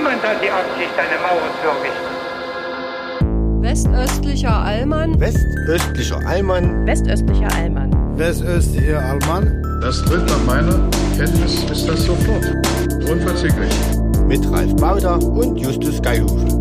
Niemand hat die Absicht, eine Mauer zu errichten. Westöstlicher Allmann. Westöstlicher Allmann. Westöstlicher Allmann. Westöstlicher Allmann. Das tritt nach meiner Kenntnis ist das sofort. Unverzüglich. Mit Ralf Bauder und Justus Geilhufe.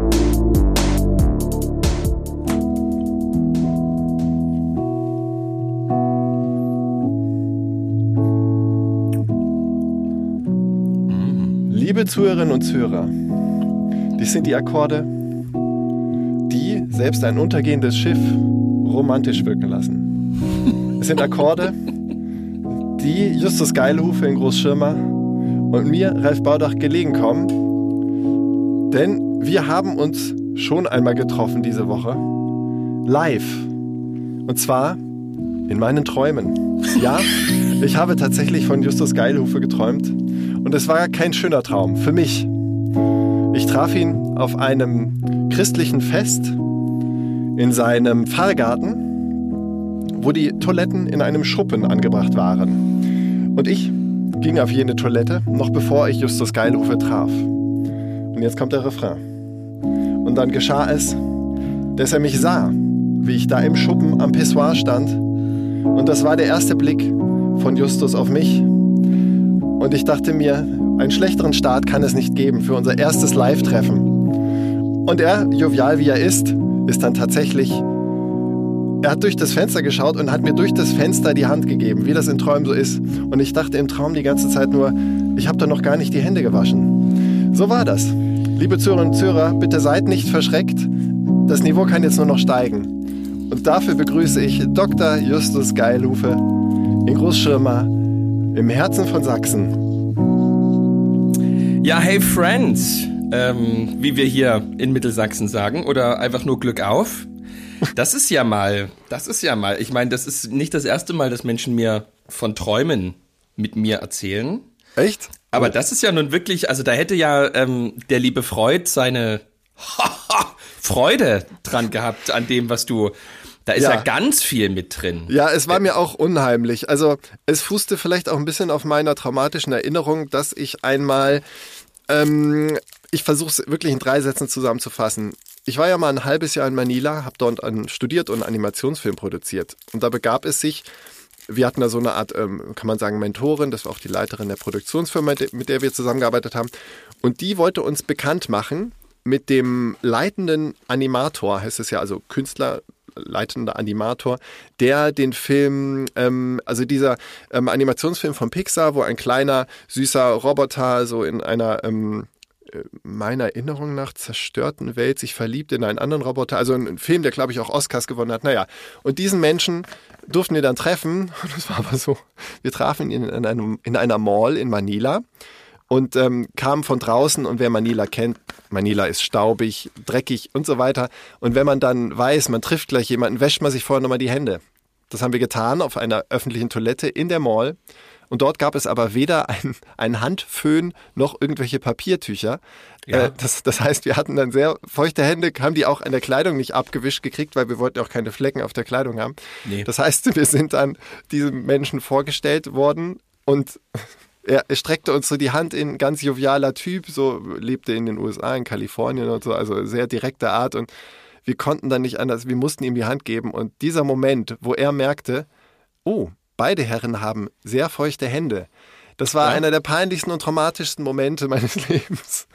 Liebe Zuhörerinnen und Zuhörer, dies sind die Akkorde, die selbst ein untergehendes Schiff romantisch wirken lassen. Es sind Akkorde, die Justus Geilhufe in Großschirmer und mir, Ralf Baudach, gelegen kommen, denn wir haben uns schon einmal getroffen diese Woche, live, und zwar in meinen Träumen. Ja, ich habe tatsächlich von Justus Geilhufe geträumt. Und es war kein schöner Traum für mich. Ich traf ihn auf einem christlichen Fest in seinem Pfarrgarten, wo die Toiletten in einem Schuppen angebracht waren. Und ich ging auf jene Toilette, noch bevor ich Justus Geilhufe traf. Und jetzt kommt der Refrain. Und dann geschah es, dass er mich sah, wie ich da im Schuppen am Pissoir stand. Und das war der erste Blick von Justus auf mich. Und ich dachte mir, einen schlechteren Start kann es nicht geben für unser erstes Live-Treffen. Und er, jovial wie er ist dann tatsächlich, er hat durch das Fenster geschaut und hat mir durch das Fenster die Hand gegeben, wie das in Träumen so ist. Und ich dachte im Traum die ganze Zeit nur, ich habe da noch gar nicht die Hände gewaschen. So war das. Liebe Zuhörerinnen und Zuhörer, bitte seid nicht verschreckt. Das Niveau kann jetzt nur noch steigen. Und dafür begrüße ich Dr. Justus Geilhufe in Großschirmer, im Herzen von Sachsen. Ja, hey Friends, wie wir hier in Mittelsachsen sagen, oder einfach nur Glück auf. Das ist ja mal, ich meine, das ist nicht das erste Mal, dass Menschen mir von Träumen mit mir erzählen. Echt? Aber das ist ja nun wirklich, also da hätte ja der liebe Freud seine Freude dran gehabt an dem, was du... Da ist ja ganz viel mit drin. Ja, es war mir auch unheimlich. Also es fußte vielleicht auch ein bisschen auf meiner traumatischen Erinnerung, dass ich einmal, ich versuche es wirklich in 3 Sätzen zusammenzufassen. Ich war ja mal ein halbes Jahr in Manila, habe dort studiert und einen Animationsfilm produziert. Und da begab es sich, wir hatten da so eine Art, kann man sagen, Mentorin, das war auch die Leiterin der Produktionsfirma, mit der wir zusammengearbeitet haben. Und die wollte uns bekannt machen mit dem leitenden Animator, heißt es ja, also Künstler, leitender Animator, der den Film, also dieser Animationsfilm von Pixar, wo ein kleiner, süßer Roboter so in einer, meiner Erinnerung nach, zerstörten Welt sich verliebt in einen anderen Roboter, also ein Film, der, glaube ich, auch Oscars gewonnen hat. Naja, und diesen Menschen durften wir dann treffen, und das war aber so, wir trafen ihn in einer Mall in Manila, und kam von draußen, und wer Manila kennt, Manila ist staubig, dreckig und so weiter. Und wenn man dann weiß, man trifft gleich jemanden, wäscht man sich vorher nochmal die Hände. Das haben wir getan auf einer öffentlichen Toilette in der Mall. Und dort gab es aber weder ein Handföhn noch irgendwelche Papiertücher. Ja. Das heißt, wir hatten dann sehr feuchte Hände, haben die auch an der Kleidung nicht abgewischt gekriegt, weil wir wollten auch keine Flecken auf der Kleidung haben. Nee. Das heißt, wir sind dann diesem Menschen vorgestellt worden, und er streckte uns so die Hand in, ganz jovialer Typ, so lebte in den USA, in Kalifornien und so, also sehr direkte Art, und wir konnten dann nicht anders, wir mussten ihm die Hand geben, und dieser Moment, wo er merkte, oh, beide Herren haben sehr feuchte Hände, das war einer der peinlichsten und traumatischsten Momente meines Lebens.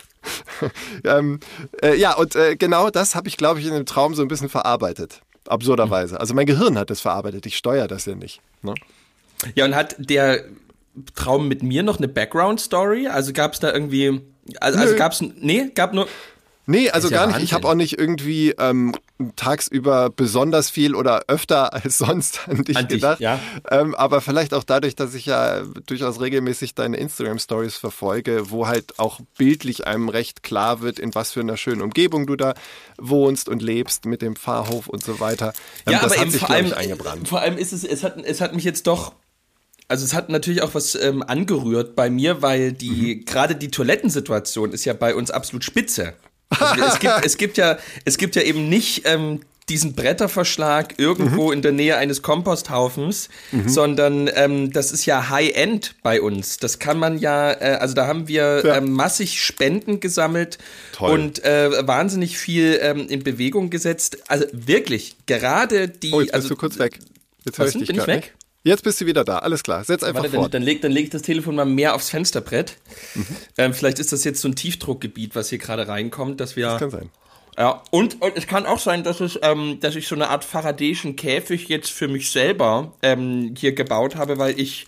Genau das habe ich, glaube ich, in dem Traum so ein bisschen verarbeitet, absurderweise. Also mein Gehirn hat das verarbeitet, ich steuere das ja nicht. Ne? Ja, und hat der Traum mit mir noch eine Background-Story? Also gab es da irgendwie, gab nur... Nee, also gar nicht. Ich habe auch nicht irgendwie tagsüber besonders viel oder öfter als sonst an dich gedacht. Ja. Aber vielleicht auch dadurch, dass ich ja durchaus regelmäßig deine Instagram-Stories verfolge, wo halt auch bildlich einem recht klar wird, in was für einer schönen Umgebung du da wohnst und lebst mit dem Pfarrhof und so weiter. Ja, das aber hat eben sich, vor allem eingebrannt. Vor allem ist es hat mich jetzt doch... Also es hat natürlich auch was angerührt bei mir, weil gerade die Toilettensituation ist ja bei uns absolut spitze. Also es gibt ja eben nicht diesen Bretterverschlag irgendwo in der Nähe eines Komposthaufens, sondern das ist ja High-End bei uns. Das kann man ja, also da haben wir massig Spenden gesammelt. Toll. Und wahnsinnig viel in Bewegung gesetzt. Also wirklich, gerade die... Oh, jetzt bist du kurz weg. Jetzt höre ich dich bin ich gar weg? nicht. Jetzt bist du wieder da, alles klar. Setz einfach Warte, fort. dann leg ich das Telefon mal mehr aufs Fensterbrett. Vielleicht ist das jetzt so ein Tiefdruckgebiet, was hier gerade reinkommt, dass wir... Das kann sein. Ja, und es kann auch sein, dass ich so eine Art faradäischen Käfig jetzt für mich selber hier gebaut habe, weil ich,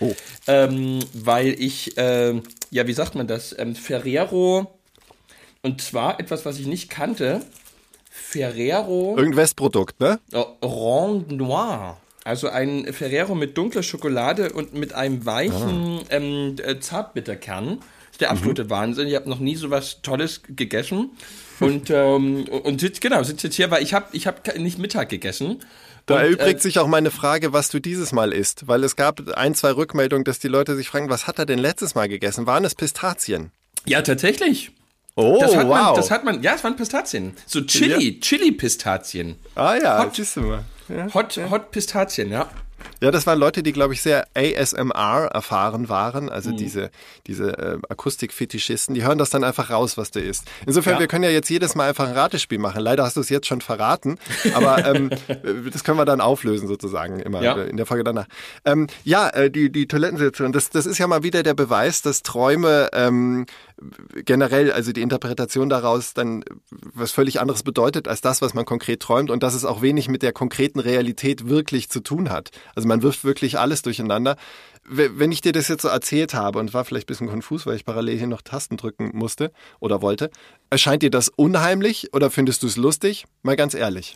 wie sagt man das, Ferrero, und zwar etwas, was ich nicht kannte, Ferrero... Irgendein Westprodukt, ne? Ronde Noir. Also ein Ferrero mit dunkler Schokolade und mit einem weichen Zartbitterkern. Das ist der absolute Wahnsinn. Ich habe noch nie so was Tolles gegessen. Und sitze jetzt hier, weil ich hab nicht Mittag gegessen. Da erübrigt sich auch meine Frage, was du dieses Mal isst. Weil es gab 1-2 Rückmeldungen, dass die Leute sich fragen, was hat er denn letztes Mal gegessen? Waren es Pistazien? Ja, tatsächlich. Oh, wow. Es waren Pistazien. So Chili-Pistazien. Ah ja, siehst du mal. Ja, Hot Pistazien, ja. Ja, das waren Leute, die, glaube ich, sehr ASMR erfahren waren, also diese Akustikfetischisten, die hören das dann einfach raus, was da ist. Insofern, wir können ja jetzt jedes Mal einfach ein Ratespiel machen. Leider hast du es jetzt schon verraten, aber das können wir dann auflösen sozusagen immer in der Folge danach. Die Toilettensituation, das ist ja mal wieder der Beweis, dass Träume generell, also die Interpretation daraus dann was völlig anderes bedeutet als das, was man konkret träumt und dass es auch wenig mit der konkreten Realität wirklich zu tun hat. Also man wirft wirklich alles durcheinander. Wenn ich dir das jetzt so erzählt habe und war vielleicht ein bisschen konfus, weil ich parallel hier noch Tasten drücken musste oder wollte, erscheint dir das unheimlich oder findest du es lustig? Mal ganz ehrlich.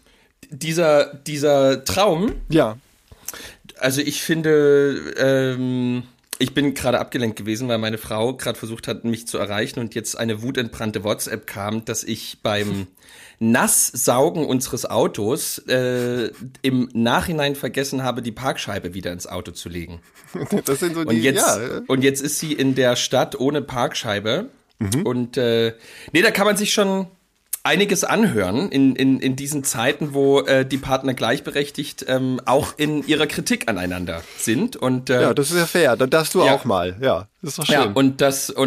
Dieser Traum? Ja. Also ich finde... Ich bin gerade abgelenkt gewesen, weil meine Frau gerade versucht hat, mich zu erreichen und jetzt eine wutentbrannte WhatsApp kam, dass ich beim Nasssaugen unseres Autos im Nachhinein vergessen habe, die Parkscheibe wieder ins Auto zu legen. Das sind so und jetzt ist sie in der Stadt ohne Parkscheibe. Und da kann man sich schon einiges anhören in diesen Zeiten, wo die Partner gleichberechtigt auch in ihrer Kritik aneinander sind. Und das ist ja fair, dann darfst du auch mal. Ja, das ist doch schön. Ja, und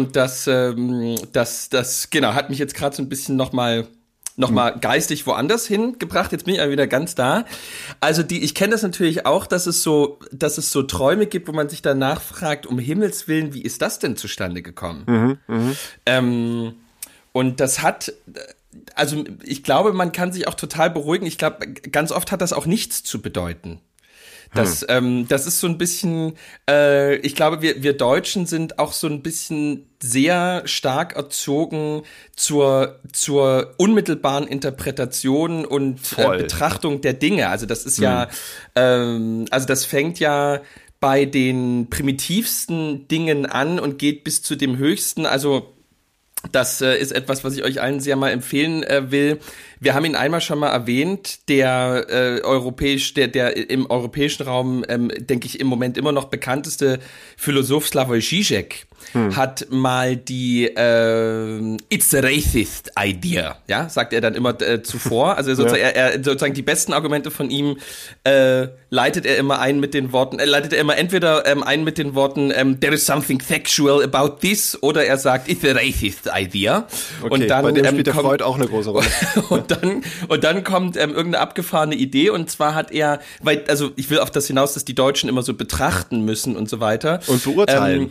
das genau, hat mich jetzt gerade so ein bisschen noch mal geistig woanders hingebracht. Jetzt bin ich aber wieder ganz da. Also ich kenne das natürlich auch, dass es so Träume gibt, wo man sich danach fragt, um Himmels Willen, wie ist das denn zustande gekommen? Und das hat... Also ich glaube, man kann sich auch total beruhigen. Ich glaube, ganz oft hat das auch nichts zu bedeuten. Das ist so ein bisschen, ich glaube, wir Deutschen sind auch so ein bisschen sehr stark erzogen zur unmittelbaren Interpretation und Betrachtung der Dinge. Also das ist also das fängt ja bei den primitivsten Dingen an und geht bis zu dem höchsten, also das ist etwas, was ich euch allen sehr mal empfehlen will. Wir haben ihn einmal schon mal erwähnt, der im europäischen Raum, denke ich, im Moment immer noch bekannteste Philosoph Slavoj Žižek hat mal die It's a racist idea, ja, sagt er dann immer zuvor. Also sozusagen, er sozusagen die besten Argumente von ihm leitet er immer entweder ein mit den Worten there is something sexual about this, oder er sagt It's a racist idea. Okay, und dann bei dem spielt der Freud auch eine große Rolle. Und dann kommt irgendeine abgefahrene Idee, und zwar hat er, also ich will auf das hinaus, dass die Deutschen immer so betrachten müssen und so weiter. Und beurteilen.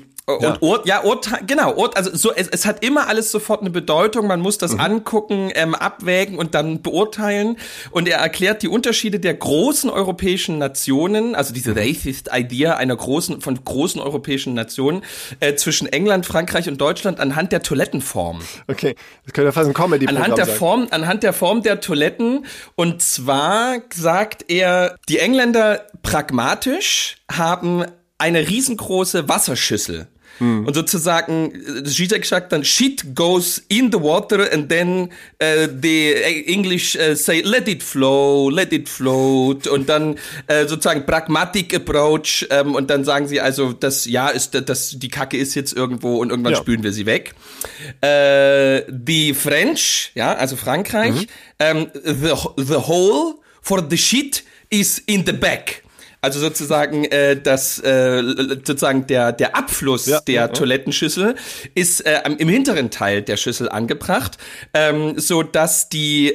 Es hat immer alles sofort eine Bedeutung, man muss das angucken, abwägen und dann beurteilen, und er erklärt die Unterschiede der großen europäischen Nationen, also diese racist idea von großen europäischen Nationen, zwischen England, Frankreich und Deutschland anhand der Toilettenform. Okay, das könnte ja fast ein Comedy-Programm sein. Anhand der Form der Toiletten, und zwar sagt er, die Engländer pragmatisch haben eine riesengroße Wasserschüssel. Und sozusagen, Žižek sagt dann, shit goes in the water, and then the English say, let it float, und dann sozusagen pragmatic approach, und dann sagen sie also, die Kacke ist jetzt irgendwo, und irgendwann spülen wir sie weg. The French, ja, also Frankreich, the whole for the shit is in the back. Also sozusagen sozusagen der Abfluss der Toilettenschüssel ist im hinteren Teil der Schüssel angebracht, so dass die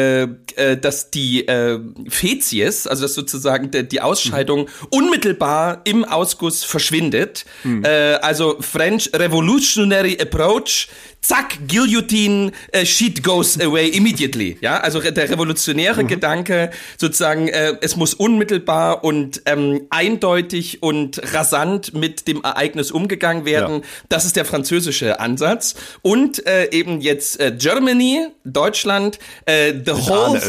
Faezies, also dass sozusagen die Ausscheidung unmittelbar im Ausguss verschwindet. Also French Revolutionary Approach. Zack, Guillotine, shit goes away immediately. Ja, also der revolutionäre Gedanke, sozusagen, es muss unmittelbar und eindeutig und rasant mit dem Ereignis umgegangen werden. Ja. Das ist der französische Ansatz. Und eben jetzt Germany, Deutschland, the hole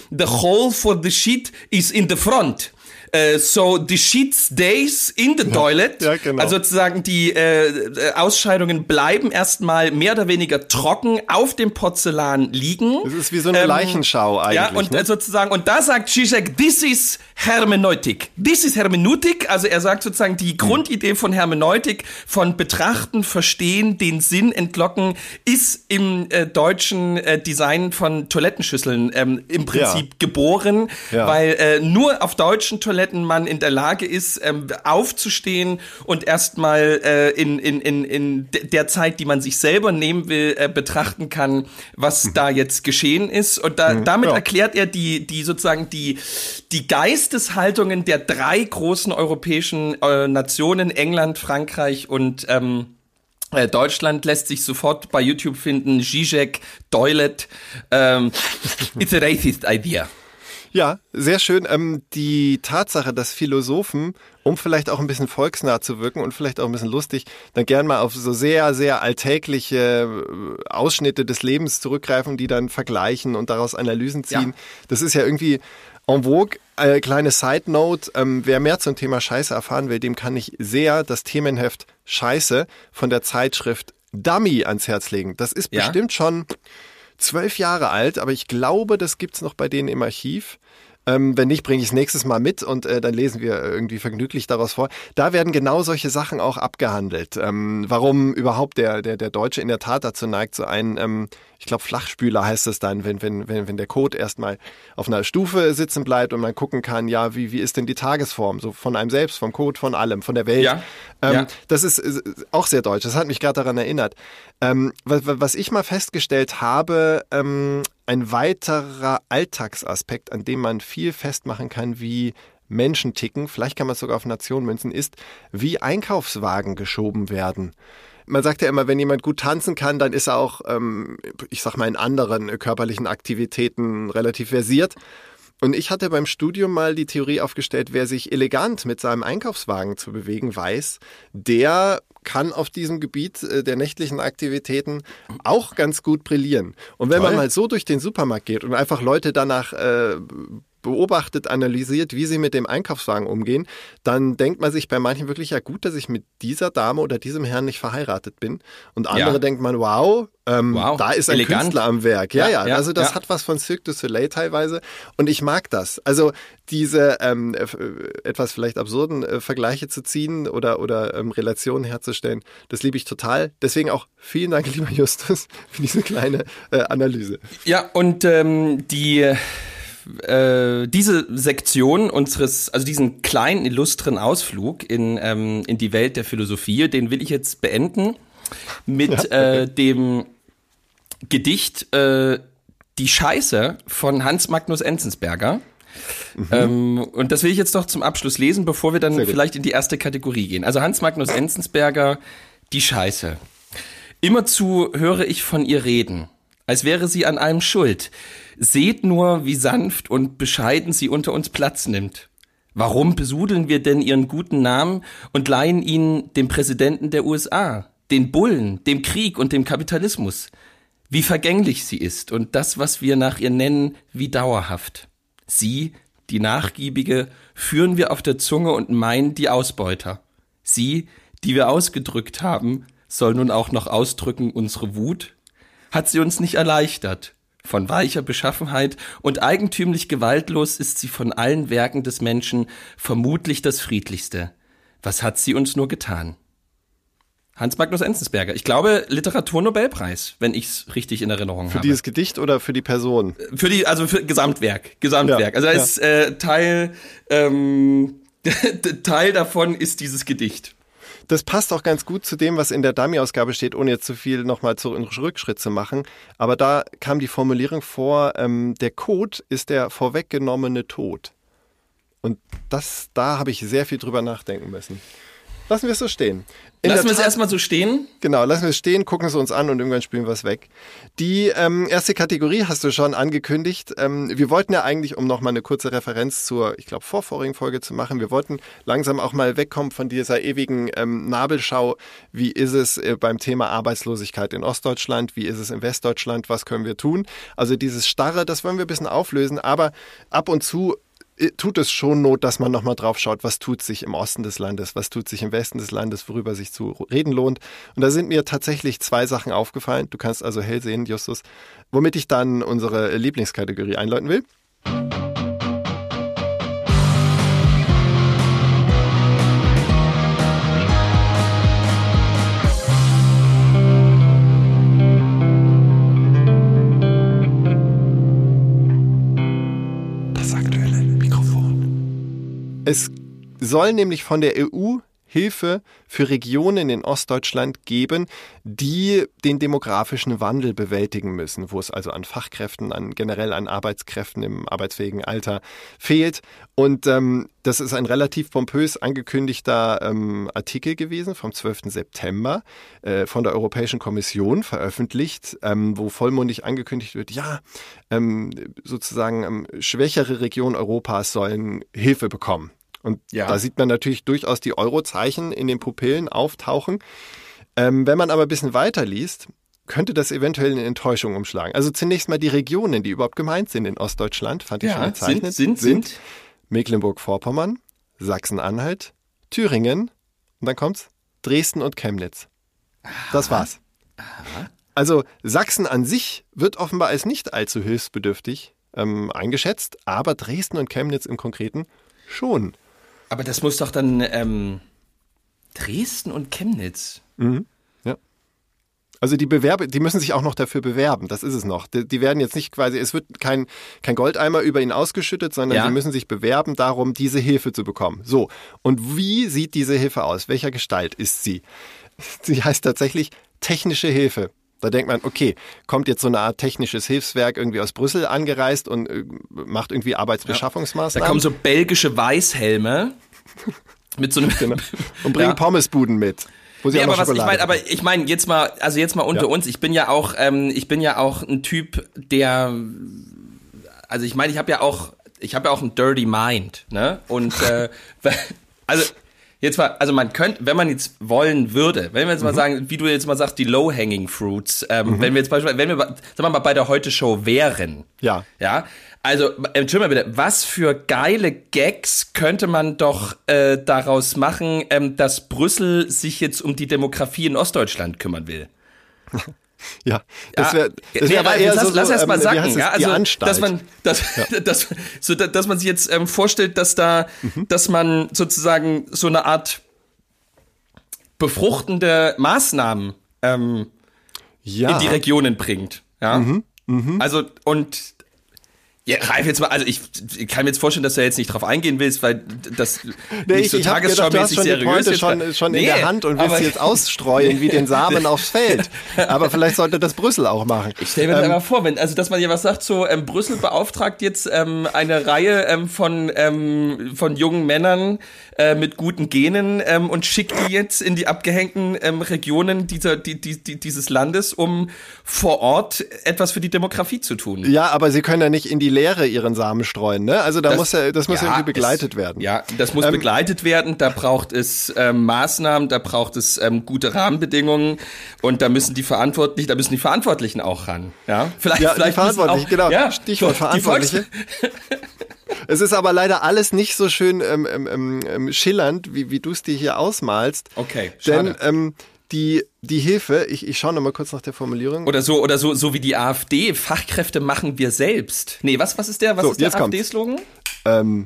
for the shit is in the front. So the shit stays in the toilet. Ja, genau. Also sozusagen die Ausscheidungen bleiben erstmal mehr oder weniger trocken auf dem Porzellan liegen. Das ist wie so eine Leichenschau eigentlich. Ja, und sozusagen, und da sagt Zizek, this is Hermeneutik. This is Hermeneutik. Also er sagt sozusagen, die Grundidee von Hermeneutik, von Betrachten, Verstehen, den Sinn entlocken, ist im deutschen Design von Toilettenschüsseln im Prinzip geboren, weil nur auf deutschen Toiletten man in der Lage ist, aufzustehen und erstmal in der Zeit, die man sich selber nehmen will, betrachten kann, was da jetzt geschehen ist. Und damit erklärt er die sozusagen die Geisteshaltungen der drei großen europäischen Nationen, England, Frankreich und Deutschland, lässt sich sofort bei YouTube finden. Zizek, Toilet, it's a racist idea. Ja, sehr schön. Die Tatsache, dass Philosophen, um vielleicht auch ein bisschen volksnah zu wirken und vielleicht auch ein bisschen lustig, dann gern mal auf so sehr, sehr alltägliche Ausschnitte des Lebens zurückgreifen, die dann vergleichen und daraus Analysen ziehen. Ja. Das ist ja irgendwie en vogue. Kleine Side-Note, wer mehr zum Thema Scheiße erfahren will, dem kann ich sehr das Themenheft Scheiße von der Zeitschrift Dummy ans Herz legen. Das ist bestimmt schon 12 Jahre alt, aber ich glaube, das gibt's noch bei denen im Archiv. Wenn nicht, bringe ich es nächstes Mal mit und dann lesen wir irgendwie vergnüglich daraus vor. Da werden genau solche Sachen auch abgehandelt. Warum überhaupt der Deutsche in der Tat dazu neigt, so einen, ich glaube Flachspüler heißt es dann, wenn der Code erstmal auf einer Stufe sitzen bleibt und man gucken kann, ja, wie ist denn die Tagesform, so von einem selbst, vom Code, von allem, von der Welt. Ja. Das ist auch sehr deutsch, das hat mich gerade daran erinnert. Was ich mal festgestellt habe, ein weiterer Alltagsaspekt, an dem man viel festmachen kann, wie Menschen ticken, vielleicht kann man es sogar auf Nationen münzen, ist, wie Einkaufswagen geschoben werden. Man sagt ja immer, wenn jemand gut tanzen kann, dann ist er auch, ich sag mal, in anderen körperlichen Aktivitäten relativ versiert. Und ich hatte beim Studium mal die Theorie aufgestellt, wer sich elegant mit seinem Einkaufswagen zu bewegen weiß, der kann auf diesem Gebiet der nächtlichen Aktivitäten auch ganz gut brillieren. Und wenn man mal so durch den Supermarkt geht und einfach Leute danach beobachtet, analysiert, wie sie mit dem Einkaufswagen umgehen, dann denkt man sich bei manchen wirklich, ja gut, dass ich mit dieser Dame oder diesem Herrn nicht verheiratet bin. Und andere denkt man, wow, da ist ein elegant. Künstler am Werk. Ja, also das hat was von Cirque du Soleil teilweise und ich mag das. Also diese etwas vielleicht absurden Vergleiche zu ziehen oder Relationen herzustellen, das liebe ich total. Deswegen auch vielen Dank, lieber Justus, für diese kleine Analyse. Ja, und diese Sektion also diesen kleinen, illustren Ausflug in die Welt der Philosophie, den will ich jetzt beenden mit dem Gedicht Die Scheiße von Hans Magnus Enzensberger. Und das will ich jetzt doch zum Abschluss lesen, bevor wir dann vielleicht in die erste Kategorie gehen. Also Hans Magnus Enzensberger, Die Scheiße. Immerzu höre ich von ihr reden, als wäre sie an allem schuld. Seht nur, wie sanft und bescheiden sie unter uns Platz nimmt. Warum besudeln wir denn ihren guten Namen und leihen ihn dem Präsidenten der USA, den Bullen, dem Krieg und dem Kapitalismus? Wie vergänglich sie ist und das, was wir nach ihr nennen, wie dauerhaft. Sie, die Nachgiebige, führen wir auf der Zunge und meinen die Ausbeuter. Sie, die wir ausgedrückt haben, soll nun auch noch ausdrücken unsere Wut? Hat sie uns nicht erleichtert? Von weicher Beschaffenheit und eigentümlich gewaltlos ist sie von allen Werken des Menschen vermutlich das friedlichste. Was hat sie uns nur getan? Hans Magnus Enzensberger. Ich glaube, Literaturnobelpreis, wenn ich es richtig in Erinnerung habe. Für dieses Gedicht oder für die Person? Für Gesamtwerk. Ja, also als Teil davon ist dieses Gedicht. Das passt auch ganz gut zu dem, was in der Dummy-Ausgabe steht, ohne jetzt zu viel nochmal in Rückschritt zu machen. Aber da kam die Formulierung vor, der Code ist der vorweggenommene Tod. Und da habe ich sehr viel drüber nachdenken müssen. Lassen wir es so stehen. Lassen wir es erstmal so stehen? Genau, lassen wir es stehen, gucken es uns an und irgendwann spielen wir es weg. Die erste Kategorie hast du schon angekündigt. Wir wollten ja eigentlich, um nochmal eine kurze Referenz zur, ich glaube, vorvorigen Folge zu machen, wir wollten langsam auch mal wegkommen von dieser ewigen Nabelschau. Wie ist es beim Thema Arbeitslosigkeit in Ostdeutschland? Wie ist es in Westdeutschland? Was können wir tun? Also dieses Starre, das wollen wir ein bisschen auflösen, aber ab und zu tut es schon Not, dass man nochmal drauf schaut, was tut sich im Osten des Landes, was tut sich im Westen des Landes, worüber sich zu reden lohnt. Und da sind mir tatsächlich 2 Sachen aufgefallen. Du kannst also hell sehen, Justus, womit ich dann unsere Lieblingskategorie einläuten will. Es soll nämlich von der EU Hilfe für Regionen in Ostdeutschland geben, die den demografischen Wandel bewältigen müssen, wo es also an Fachkräften, generell an Arbeitskräften im arbeitsfähigen Alter fehlt. Und das ist ein relativ pompös angekündigter Artikel gewesen vom 12. September von der Europäischen Kommission veröffentlicht, wo vollmundig angekündigt wird, sozusagen schwächere Regionen Europas sollen Hilfe bekommen. Und da sieht man natürlich durchaus die Eurozeichen in den Pupillen auftauchen. Wenn man aber ein bisschen weiter liest, könnte das eventuell eine Enttäuschung umschlagen. Also zunächst mal die Regionen, die überhaupt gemeint sind in Ostdeutschland, fand ich schon gezeichnet, sind Mecklenburg-Vorpommern, Sachsen-Anhalt, Thüringen und dann kommt's Dresden und Chemnitz. Das war's. Also Sachsen an sich wird offenbar als nicht allzu hilfsbedürftig eingeschätzt, aber Dresden und Chemnitz im Konkreten schon. Aber das muss doch dann Dresden und Chemnitz. Mhm. Ja. Also die müssen sich auch noch dafür bewerben, das ist es noch. Die werden jetzt nicht quasi, es wird kein Goldeimer über ihn ausgeschüttet, sondern sie müssen sich bewerben darum, diese Hilfe zu bekommen. So, und wie sieht diese Hilfe aus? Welcher Gestalt ist sie? Sie heißt tatsächlich technische Hilfe. Da denkt man, okay, kommt jetzt so eine Art technisches Hilfswerk irgendwie aus Brüssel angereist und macht irgendwie Arbeitsbeschaffungsmaßnahmen. Da kommen so belgische Weißhelme mit so einem und bringen Pommesbuden mit. Ich meine, jetzt mal unter uns, ich bin ja auch ein Typ, der, also ich meine, ich habe ja auch ein Dirty Mind, ne? Und jetzt mal, also man könnte, wenn man jetzt wollen würde, wenn wir jetzt mal sagen, wie du jetzt mal sagst, die Low-Hanging Fruits, wenn wir jetzt beispielsweise, sagen wir mal bei der Heute-Show wären. Ja. Also, entschuldigung mal bitte, was für geile Gags könnte man doch daraus machen, dass Brüssel sich jetzt um die Demografie in Ostdeutschland kümmern will? Ja, das wäre aber eher lass erst mal sagen, ja, also die Anstalt. Dass man sich jetzt vorstellt, dass man sozusagen so eine Art befruchtende Maßnahmen in die Regionen bringt, ja. Also und ja, Ralf, jetzt mal, also ich kann mir jetzt vorstellen, dass du jetzt nicht drauf eingehen willst, weil das nicht so tagesschaumäßig seriös ist. Schon in der Hand und willst sie jetzt ausstreuen wie den Samen aufs Feld. Aber vielleicht sollte das Brüssel auch machen. Ich stelle mir das einmal vor, dass man hier was sagt, so Brüssel beauftragt jetzt eine Reihe von jungen Männern mit guten Genen und schickt die jetzt in die abgehängten Regionen dieses Landes, um vor Ort etwas für die Demografie zu tun. Ja, aber sie können ja nicht in die Leere ihren Samen streuen, ne? Also das muss irgendwie begleitet werden. Ja, das muss begleitet werden. Da braucht es Maßnahmen, da braucht es gute Rahmenbedingungen und da müssen die Verantwortlichen auch ran. Ja, vielleicht die Verantwortlichen, genau. Ja, Stichwort Verantwortliche. Es ist aber leider alles nicht so schön schillernd, wie du es dir hier ausmalst. Okay, schade. Denn die Hilfe, ich schaue noch mal kurz nach der Formulierung. Oder so wie die AfD, Fachkräfte machen wir selbst. Nee, was ist der AfD-Slogan?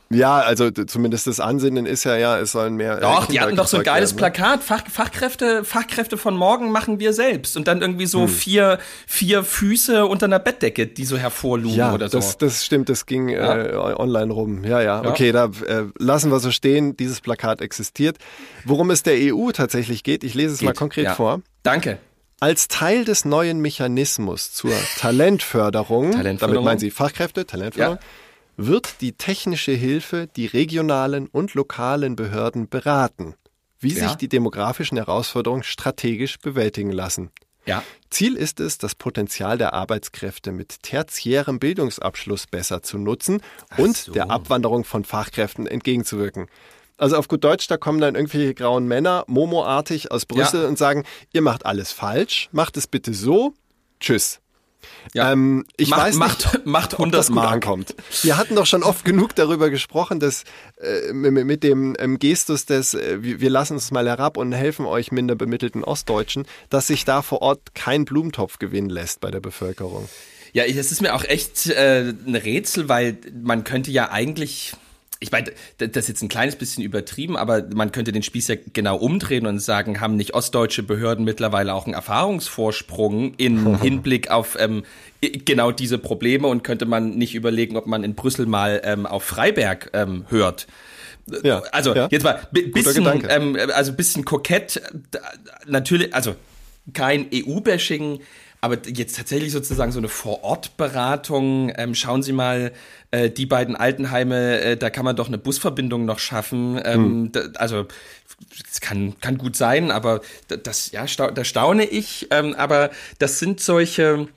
Ja, also zumindest das Ansinnen ist ja, es sollen mehr. Doch, die Kinder hatten doch so ein gezeugt geiles werden, ne? Plakat, Fachkräfte von morgen machen wir selbst. Und dann irgendwie so vier Füße unter einer Bettdecke, die so hervorlugen Ja, oder so. das stimmt, das ging online rum. Ja. Okay, da lassen wir so stehen, dieses Plakat existiert. Worum es der EU tatsächlich geht, ich lese es mal konkret vor. Danke. Als Teil des neuen Mechanismus zur Talentförderung, damit meinen Sie Fachkräfte, Talentförderung, wird die technische Hilfe die regionalen und lokalen Behörden beraten, wie sich die demografischen Herausforderungen strategisch bewältigen lassen. Ja. Ziel ist es, das Potenzial der Arbeitskräfte mit tertiärem Bildungsabschluss besser zu nutzen und der Abwanderung von Fachkräften entgegenzuwirken. Also auf gut Deutsch, da kommen dann irgendwelche grauen Männer, Momo-artig aus Brüssel und sagen, ihr macht alles falsch, macht es bitte so, tschüss. Ja. Ich weiß nicht, macht ob das gut ankommt. Wir hatten doch schon oft genug darüber gesprochen, dass mit dem Gestus des wir lassen uns mal herab und helfen euch minder bemittelten Ostdeutschen, dass sich da vor Ort kein Blumentopf gewinnen lässt bei der Bevölkerung. Ja, das ist mir auch echt ein Rätsel, weil man könnte ja eigentlich... Ich meine, das ist jetzt ein kleines bisschen übertrieben, aber man könnte den Spieß ja genau umdrehen und sagen, haben nicht ostdeutsche Behörden mittlerweile auch einen Erfahrungsvorsprung im Hinblick auf genau diese Probleme und könnte man nicht überlegen, ob man in Brüssel mal auf Freiberg hört? Ja, also jetzt mal bisschen kokett, natürlich, also kein EU-Bashing, aber jetzt tatsächlich sozusagen so eine Vor-Ort-Beratung. Schauen Sie mal, die beiden Altenheime, da kann man doch eine Busverbindung noch schaffen. Also das kann gut sein, aber da staune ich. Aber das sind solche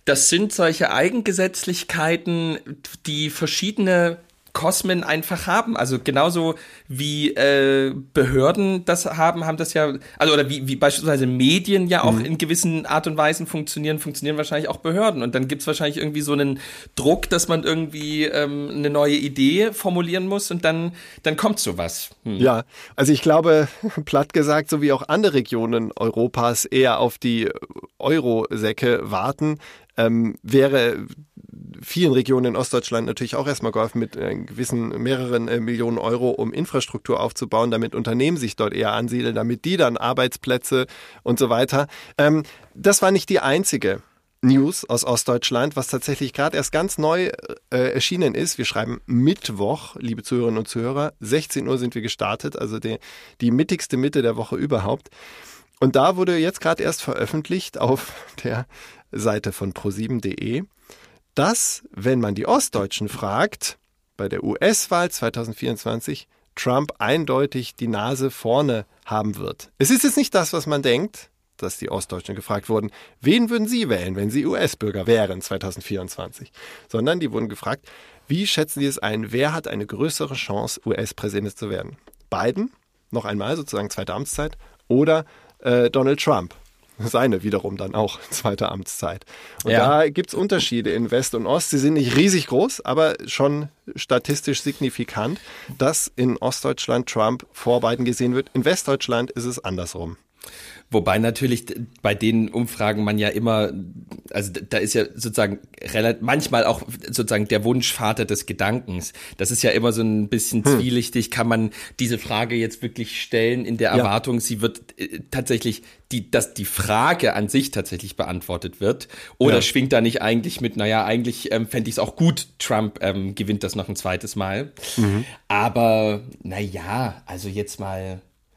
Eigengesetzlichkeiten, die verschiedene Kosmen einfach haben, also genauso wie Behörden das haben das ja, also oder wie beispielsweise Medien ja auch in gewissen Art und Weisen funktionieren wahrscheinlich auch Behörden und dann gibt's wahrscheinlich irgendwie so einen Druck, dass man irgendwie eine neue Idee formulieren muss und dann kommt sowas. Ja, also ich glaube, platt gesagt, so wie auch andere Regionen Europas eher auf die Euro-Säcke warten, wäre vielen Regionen in Ostdeutschland natürlich auch erstmal geholfen mit gewissen mehreren Millionen Euro, um Infrastruktur aufzubauen, damit Unternehmen sich dort eher ansiedeln, damit die dann Arbeitsplätze und so weiter. Das war nicht die einzige News aus Ostdeutschland, was tatsächlich gerade erst ganz neu erschienen ist. Wir schreiben Mittwoch, liebe Zuhörerinnen und Zuhörer, 16 Uhr sind wir gestartet, also die mittigste Mitte der Woche überhaupt. Und da wurde jetzt gerade erst veröffentlicht auf der Seite von pro7.de, dass, wenn man die Ostdeutschen fragt, bei der US-Wahl 2024 Trump eindeutig die Nase vorne haben wird. Es ist jetzt nicht das, was man denkt, dass die Ostdeutschen gefragt wurden, wen würden Sie wählen, wenn Sie US-Bürger wären 2024? Sondern die wurden gefragt, wie schätzen Sie es ein, wer hat eine größere Chance, US-Präsident zu werden? Biden, noch einmal sozusagen zweite Amtszeit, oder Donald Trump? Seine wiederum dann auch zweite Amtszeit. Und da gibt's Unterschiede in West und Ost. Sie sind nicht riesig groß, aber schon statistisch signifikant, dass in Ostdeutschland Trump vor Biden gesehen wird. In Westdeutschland ist es andersrum. Wobei natürlich bei den Umfragen man ja immer, also da ist ja sozusagen manchmal auch sozusagen der Wunschvater des Gedankens. Das ist ja immer so ein bisschen zwielichtig. Kann man diese Frage jetzt wirklich stellen in der Erwartung, sie wird tatsächlich, dass die Frage an sich tatsächlich beantwortet wird? Oder schwingt da nicht eigentlich mit, eigentlich fände ich es auch gut, Trump gewinnt das noch ein zweites Mal. Aber also jetzt mal...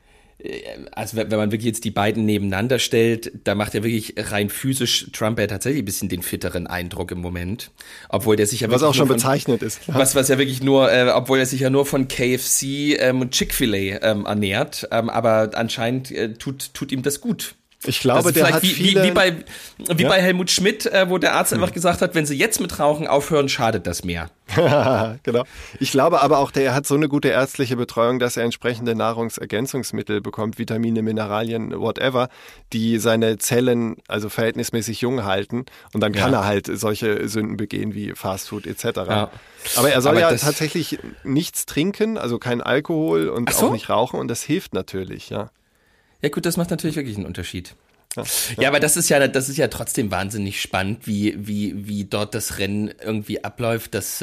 Also wenn man wirklich jetzt die beiden nebeneinander stellt, da macht ja wirklich rein physisch Trump ja tatsächlich ein bisschen den fitteren Eindruck im Moment. Obwohl der sich ja was auch schon bezeichnet ist. Ja. Was ja wirklich nur, obwohl er sich ja nur von KFC und Chick-fil-A ernährt. Aber anscheinend tut ihm das gut. Ich glaube, der hat viele... Wie bei Helmut Schmidt, wo der Arzt einfach gesagt hat, wenn Sie jetzt mit Rauchen aufhören, schadet das mehr. Genau. Ich glaube aber auch, der hat so eine gute ärztliche Betreuung, dass er entsprechende Nahrungsergänzungsmittel bekommt, Vitamine, Mineralien, whatever, die seine Zellen also verhältnismäßig jung halten. Und dann kann er halt solche Sünden begehen wie Fastfood etc. Ja. Aber er soll tatsächlich nichts trinken, also kein Alkohol und auch nicht rauchen. Und das hilft natürlich, ja. Ja gut, das macht natürlich wirklich einen Unterschied. Ja, aber das ist ja trotzdem wahnsinnig spannend, wie dort das Rennen irgendwie abläuft. Das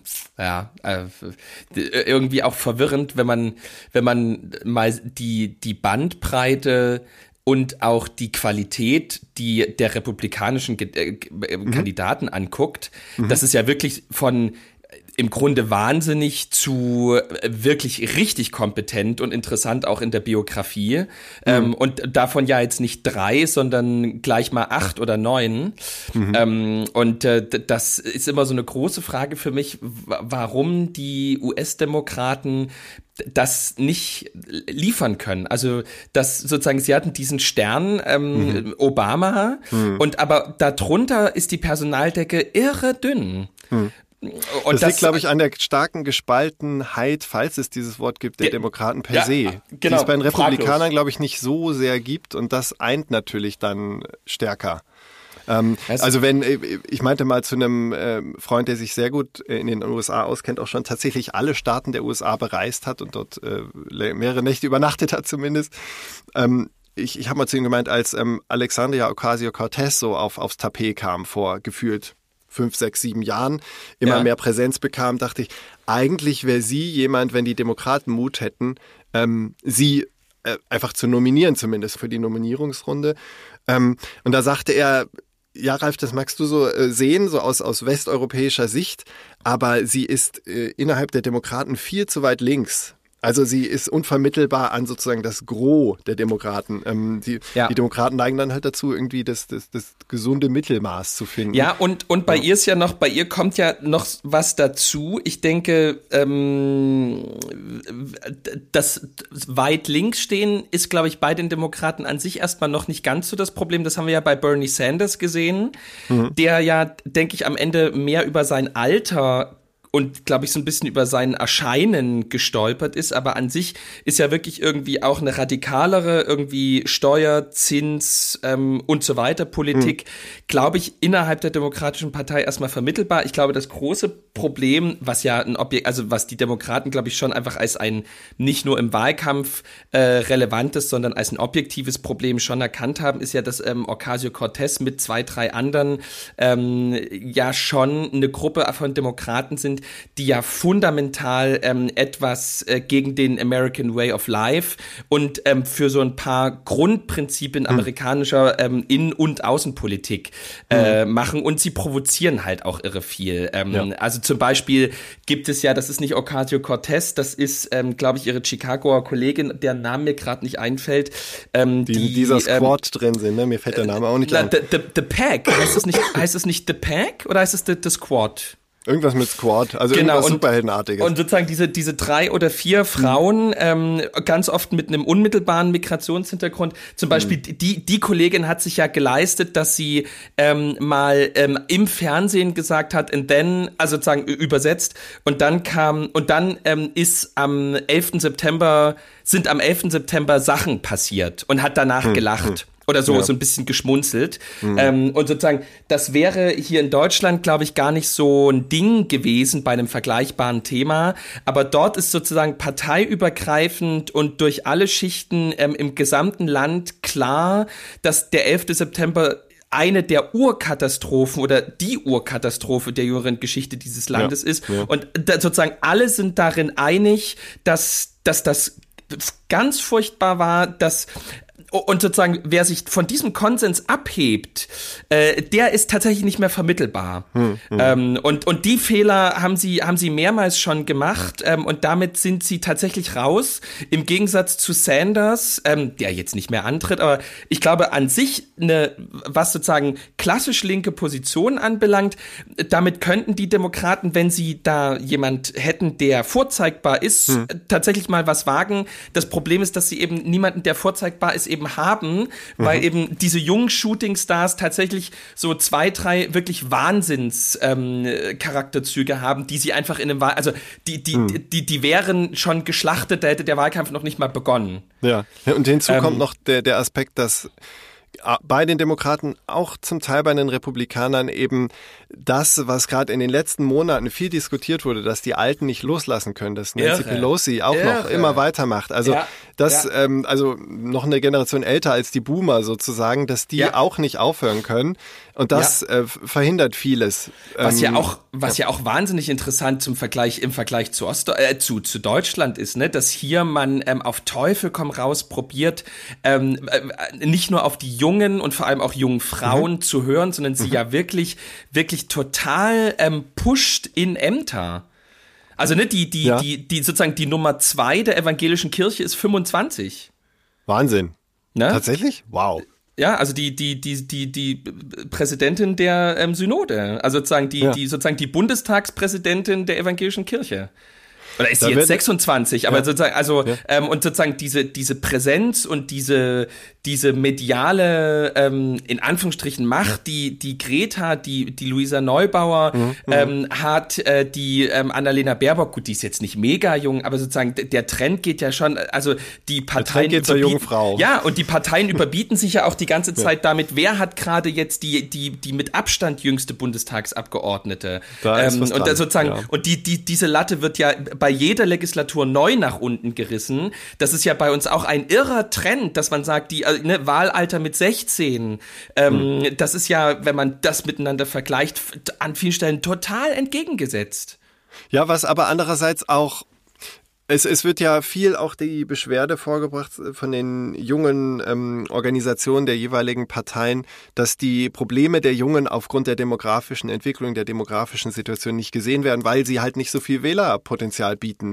irgendwie auch verwirrend, wenn man mal die Bandbreite und auch die Qualität der republikanischen Kandidaten anguckt. Das ist ja wirklich von im Grunde wahnsinnig zu wirklich richtig kompetent und interessant auch in der Biografie. Und davon ja jetzt nicht 3, sondern gleich mal 8 oder 9. Das ist immer so eine große Frage für mich, warum die US-Demokraten das nicht liefern können. Also, dass sozusagen, sie hatten diesen Stern, Obama, und aber darunter ist die Personaldecke irre dünn. Und das liegt, glaube ich, an der starken Gespaltenheit, falls es dieses Wort gibt, der Demokraten per se. Genau, die es bei den Republikanern, glaube ich, nicht so sehr gibt, und das eint natürlich dann stärker. Also ich meinte mal zu einem Freund, der sich sehr gut in den USA auskennt, auch schon tatsächlich alle Staaten der USA bereist hat und dort mehrere Nächte übernachtet hat zumindest. Ich habe mal zu ihm gemeint, als Alexandria Ocasio-Cortez so aufs Tapet kam vor gefühlt 5, 6, 7 Jahren, immer mehr Präsenz bekam, dachte ich, eigentlich wäre sie jemand, wenn die Demokraten Mut hätten, sie einfach zu nominieren, zumindest für die Nominierungsrunde. Und da sagte er, ja, Ralf, das magst du so sehen, so aus westeuropäischer Sicht, aber sie ist innerhalb der Demokraten viel zu weit links. Also sie ist unvermittelbar an sozusagen das Gros der Demokraten. Die Demokraten neigen dann halt dazu, irgendwie das gesunde Mittelmaß zu finden. Ja, und bei ihr ist ja noch, bei ihr kommt ja noch was dazu. Ich denke, das weit links stehen ist, glaube ich, bei den Demokraten an sich erstmal noch nicht ganz so das Problem. Das haben wir ja bei Bernie Sanders gesehen, der ja, denke ich, am Ende mehr über sein Alter und, glaube ich, so ein bisschen über sein Erscheinen gestolpert ist, aber an sich ist ja wirklich irgendwie auch eine radikalere irgendwie Steuer-, Zins- und so weiter Politik, glaube ich, innerhalb der Demokratischen Partei erstmal vermittelbar. Ich glaube, das große Problem, was ja was die Demokraten, glaube ich, schon einfach als ein nicht nur im Wahlkampf relevantes, sondern als ein objektives Problem schon erkannt haben, ist ja, dass Ocasio-Cortez mit 2, 3 anderen ja schon eine Gruppe von Demokraten sind, die ja fundamental etwas gegen den American Way of Life und für so ein paar Grundprinzipien amerikanischer Innen- und Außenpolitik machen, und sie provozieren halt auch irre viel. Also zum Beispiel gibt es ja, das ist nicht Ocasio-Cortez, das ist, glaube ich, ihre Chicagoer Kollegin, deren Name mir gerade nicht einfällt. Die dieser Squad drin sind, ne? Mir fällt der Name auch nicht ein. The Pack, heißt es nicht The Pack oder heißt es The Squad? Irgendwas mit Squad, also irgendwas Superheldenartiges. Und sozusagen diese 3 oder 4 Frauen, ganz oft mit einem unmittelbaren Migrationshintergrund. Zum Beispiel die Kollegin hat sich ja geleistet, dass sie mal im Fernsehen gesagt hat, and then, also sozusagen übersetzt, und dann sind am 11. September Sachen passiert, und hat danach gelacht. Oder so ein bisschen geschmunzelt. Und sozusagen, das wäre hier in Deutschland, glaube ich, gar nicht so ein Ding gewesen bei einem vergleichbaren Thema. Aber dort ist sozusagen parteiübergreifend und durch alle Schichten im gesamten Land klar, dass der 11. September eine der Urkatastrophen oder die Urkatastrophe der jüngeren Geschichte dieses Landes ist. Ja. Und sozusagen alle sind darin einig, dass das ganz furchtbar war, und sozusagen, wer sich von diesem Konsens abhebt, der ist tatsächlich nicht mehr vermittelbar. Und die Fehler haben sie mehrmals schon gemacht, und damit sind sie tatsächlich raus. Im Gegensatz zu Sanders, der jetzt nicht mehr antritt, aber ich glaube an sich, was sozusagen klassisch linke Positionen anbelangt, damit könnten die Demokraten, wenn sie da jemand hätten, der vorzeigbar ist, tatsächlich mal was wagen. Das Problem ist, dass sie eben niemanden, der vorzeigbar ist, eben haben, weil eben diese jungen Shootingstars tatsächlich so 2, 3 wirklich Wahnsinns-Charakterzüge haben, die sie einfach in einem also die wären schon geschlachtet, da hätte der Wahlkampf noch nicht mal begonnen. Ja, und hinzu kommt noch der Aspekt, dass bei den Demokraten, auch zum Teil bei den Republikanern eben das, was gerade in den letzten Monaten viel diskutiert wurde, dass die Alten nicht loslassen können, dass Nancy Pelosi auch noch immer weitermacht. Also also noch eine Generation älter als die Boomer sozusagen, dass die auch nicht aufhören können. Und das verhindert vieles. Was ja auch wahnsinnig interessant im Vergleich zu Deutschland ist, ne, dass hier man auf Teufel komm raus probiert, nicht nur auf die jungen und vor allem auch jungen Frauen zu hören, sondern sie ja wirklich total pusht in Ämter. Also ne, die sozusagen die Nummer 2 der evangelischen Kirche ist 25. Wahnsinn. Ne? Tatsächlich? Wow. Ja, also die Präsidentin der Synode, also sozusagen die Bundestagspräsidentin der evangelischen Kirche. Oder ist sie jetzt 26? Aber sozusagen, und sozusagen diese Präsenz und diese mediale, in Anführungsstrichen, Macht, die Greta, die Luisa Neubauer hat, die Annalena Baerbock, gut, die ist jetzt nicht mega jung, aber sozusagen der Trend geht ja schon, also die Parteien geht zur jungen Frau. Ja, und die Parteien überbieten sich ja auch die ganze Zeit damit, wer hat gerade jetzt die mit Abstand jüngste Bundestagsabgeordnete. Da ist was dran. Und sozusagen, und diese Latte wird ja bei jeder Legislatur neu nach unten gerissen. Das ist ja bei uns auch ein irrer Trend, dass man sagt, Wahlalter mit 16, das ist ja, wenn man das miteinander vergleicht, an vielen Stellen total entgegengesetzt. Ja, was aber andererseits auch, es wird ja viel auch die Beschwerde vorgebracht von den jungen Organisationen der jeweiligen Parteien, dass die Probleme der Jungen aufgrund der demografischen Entwicklung, der demografischen Situation nicht gesehen werden, weil sie halt nicht so viel Wählerpotenzial bieten.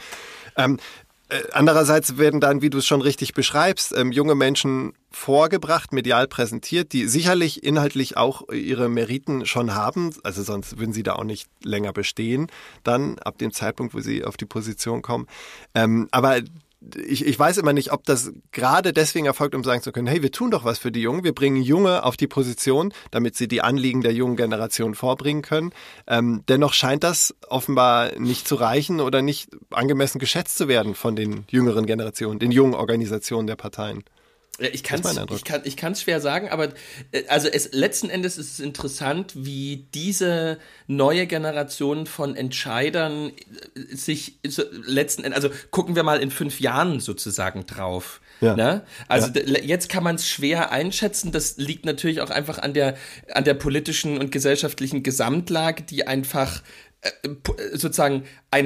Andererseits werden dann, wie du es schon richtig beschreibst, junge Menschen vorgebracht, medial präsentiert, die sicherlich inhaltlich auch ihre Meriten schon haben, also sonst würden sie da auch nicht länger bestehen, dann ab dem Zeitpunkt, wo sie auf die Position kommen. Aber ich weiß immer nicht, ob das gerade deswegen erfolgt, um sagen zu können, hey, wir tun doch was für die Jungen, wir bringen Junge auf die Position, damit sie die Anliegen der jungen Generation vorbringen können. Dennoch scheint das offenbar nicht zu reichen oder nicht angemessen geschätzt zu werden von den jüngeren Generationen, den jungen Organisationen der Parteien. Ja, ich kann es schwer sagen, aber also letzten Endes ist es interessant, wie diese neue Generation von Entscheidern sich letzten Endes, also gucken wir mal in 5 Jahren sozusagen drauf. Ja. Ne? Also jetzt kann man es schwer einschätzen. Das liegt natürlich auch einfach an der politischen und gesellschaftlichen Gesamtlage, die einfach sozusagen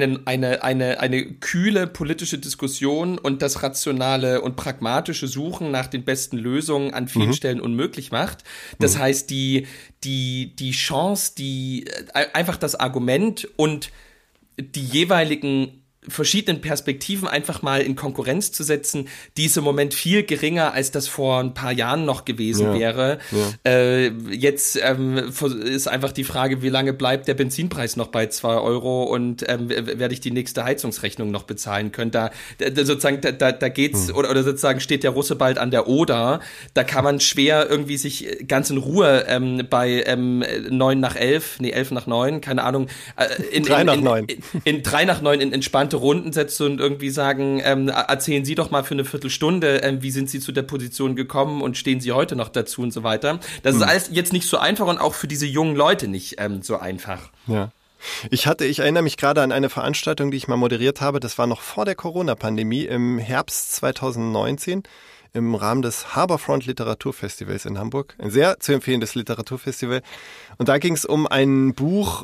eine kühle politische Diskussion und das rationale und pragmatische Suchen nach den besten Lösungen an vielen Stellen unmöglich macht. Das heißt, die Chance, einfach das Argument und die jeweiligen verschiedenen Perspektiven einfach mal in Konkurrenz zu setzen, die ist im Moment viel geringer, als das vor ein paar Jahren noch gewesen wäre. Ja. Jetzt ist einfach die Frage, wie lange bleibt der Benzinpreis noch bei 2 Euro und werde ich die nächste Heizungsrechnung noch bezahlen können? Da geht's, oder sozusagen steht der Russe bald an der Oder, da kann man schwer irgendwie sich ganz in Ruhe bei 9 nach 11, 11 nach 9, keine Ahnung, 3 nach 9 in 3 nach 9 in entspannte Runden setzen und irgendwie sagen, erzählen Sie doch mal für eine Viertelstunde, wie sind Sie zu der Position gekommen und stehen Sie heute noch dazu und so weiter. Das ist alles jetzt nicht so einfach und auch für diese jungen Leute nicht so einfach. Ja. Ich erinnere mich gerade an eine Veranstaltung, die ich mal moderiert habe, das war noch vor der Corona-Pandemie im Herbst 2019. Im Rahmen des Harbourfront Literaturfestivals in Hamburg. Ein sehr zu empfehlendes Literaturfestival. Und da ging es um ein Buch,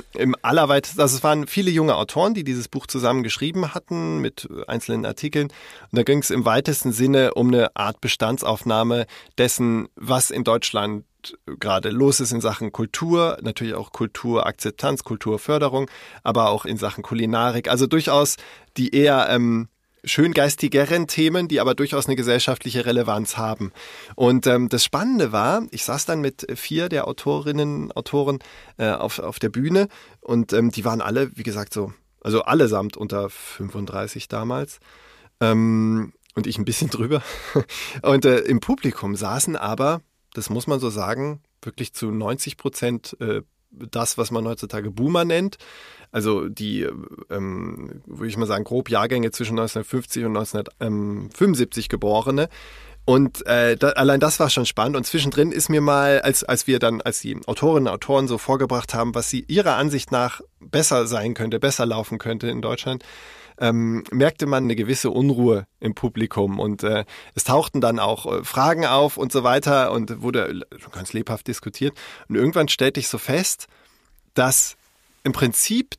es waren viele junge Autoren, die dieses Buch zusammen geschrieben hatten mit einzelnen Artikeln. Und da ging es im weitesten Sinne um eine Art Bestandsaufnahme dessen, was in Deutschland gerade los ist in Sachen Kultur, natürlich auch Kulturakzeptanz, Kulturförderung, aber auch in Sachen Kulinarik. Also durchaus die eher schöngeistigeren Themen, die aber durchaus eine gesellschaftliche Relevanz haben. Und das Spannende war, ich saß dann mit 4 der Autoren auf der Bühne und die waren alle, wie gesagt, also allesamt unter 35 damals und ich ein bisschen drüber. Und im Publikum saßen aber, das muss man so sagen, wirklich zu 90% das, was man heutzutage Boomer nennt. Also die, würde ich mal sagen, grob Jahrgänge zwischen 1950 und 1975 Geborene. Und allein das war schon spannend. Und zwischendrin ist mir mal, als die Autorinnen und Autoren so vorgebracht haben, was sie ihrer Ansicht nach besser sein könnte, besser laufen könnte in Deutschland, merkte man eine gewisse Unruhe im Publikum. Und es tauchten dann auch Fragen auf und so weiter und wurde ganz lebhaft diskutiert. Und irgendwann stellte ich so fest, dass im Prinzip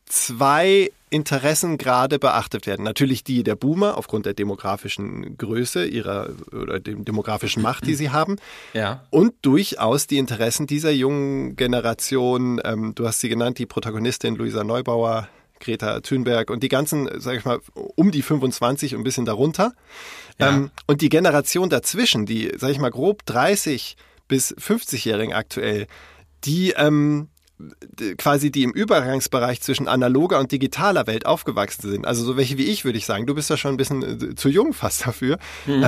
2 Interessen gerade beachtet werden. Natürlich die der Boomer aufgrund der demografischen Größe oder der demografischen Macht, die sie haben. Ja. Und durchaus die Interessen dieser jungen Generation. Du hast sie genannt, die Protagonistin Luisa Neubauer, Greta Thunberg und die ganzen, sag ich mal, um die 25 und ein bisschen darunter. Ja. Und die Generation dazwischen, die, sag ich mal, grob 30 bis 50-Jährigen aktuell, die quasi die im Übergangsbereich zwischen analoger und digitaler Welt aufgewachsen sind. Also so welche wie ich, würde ich sagen. Du bist ja schon ein bisschen zu jung fast dafür.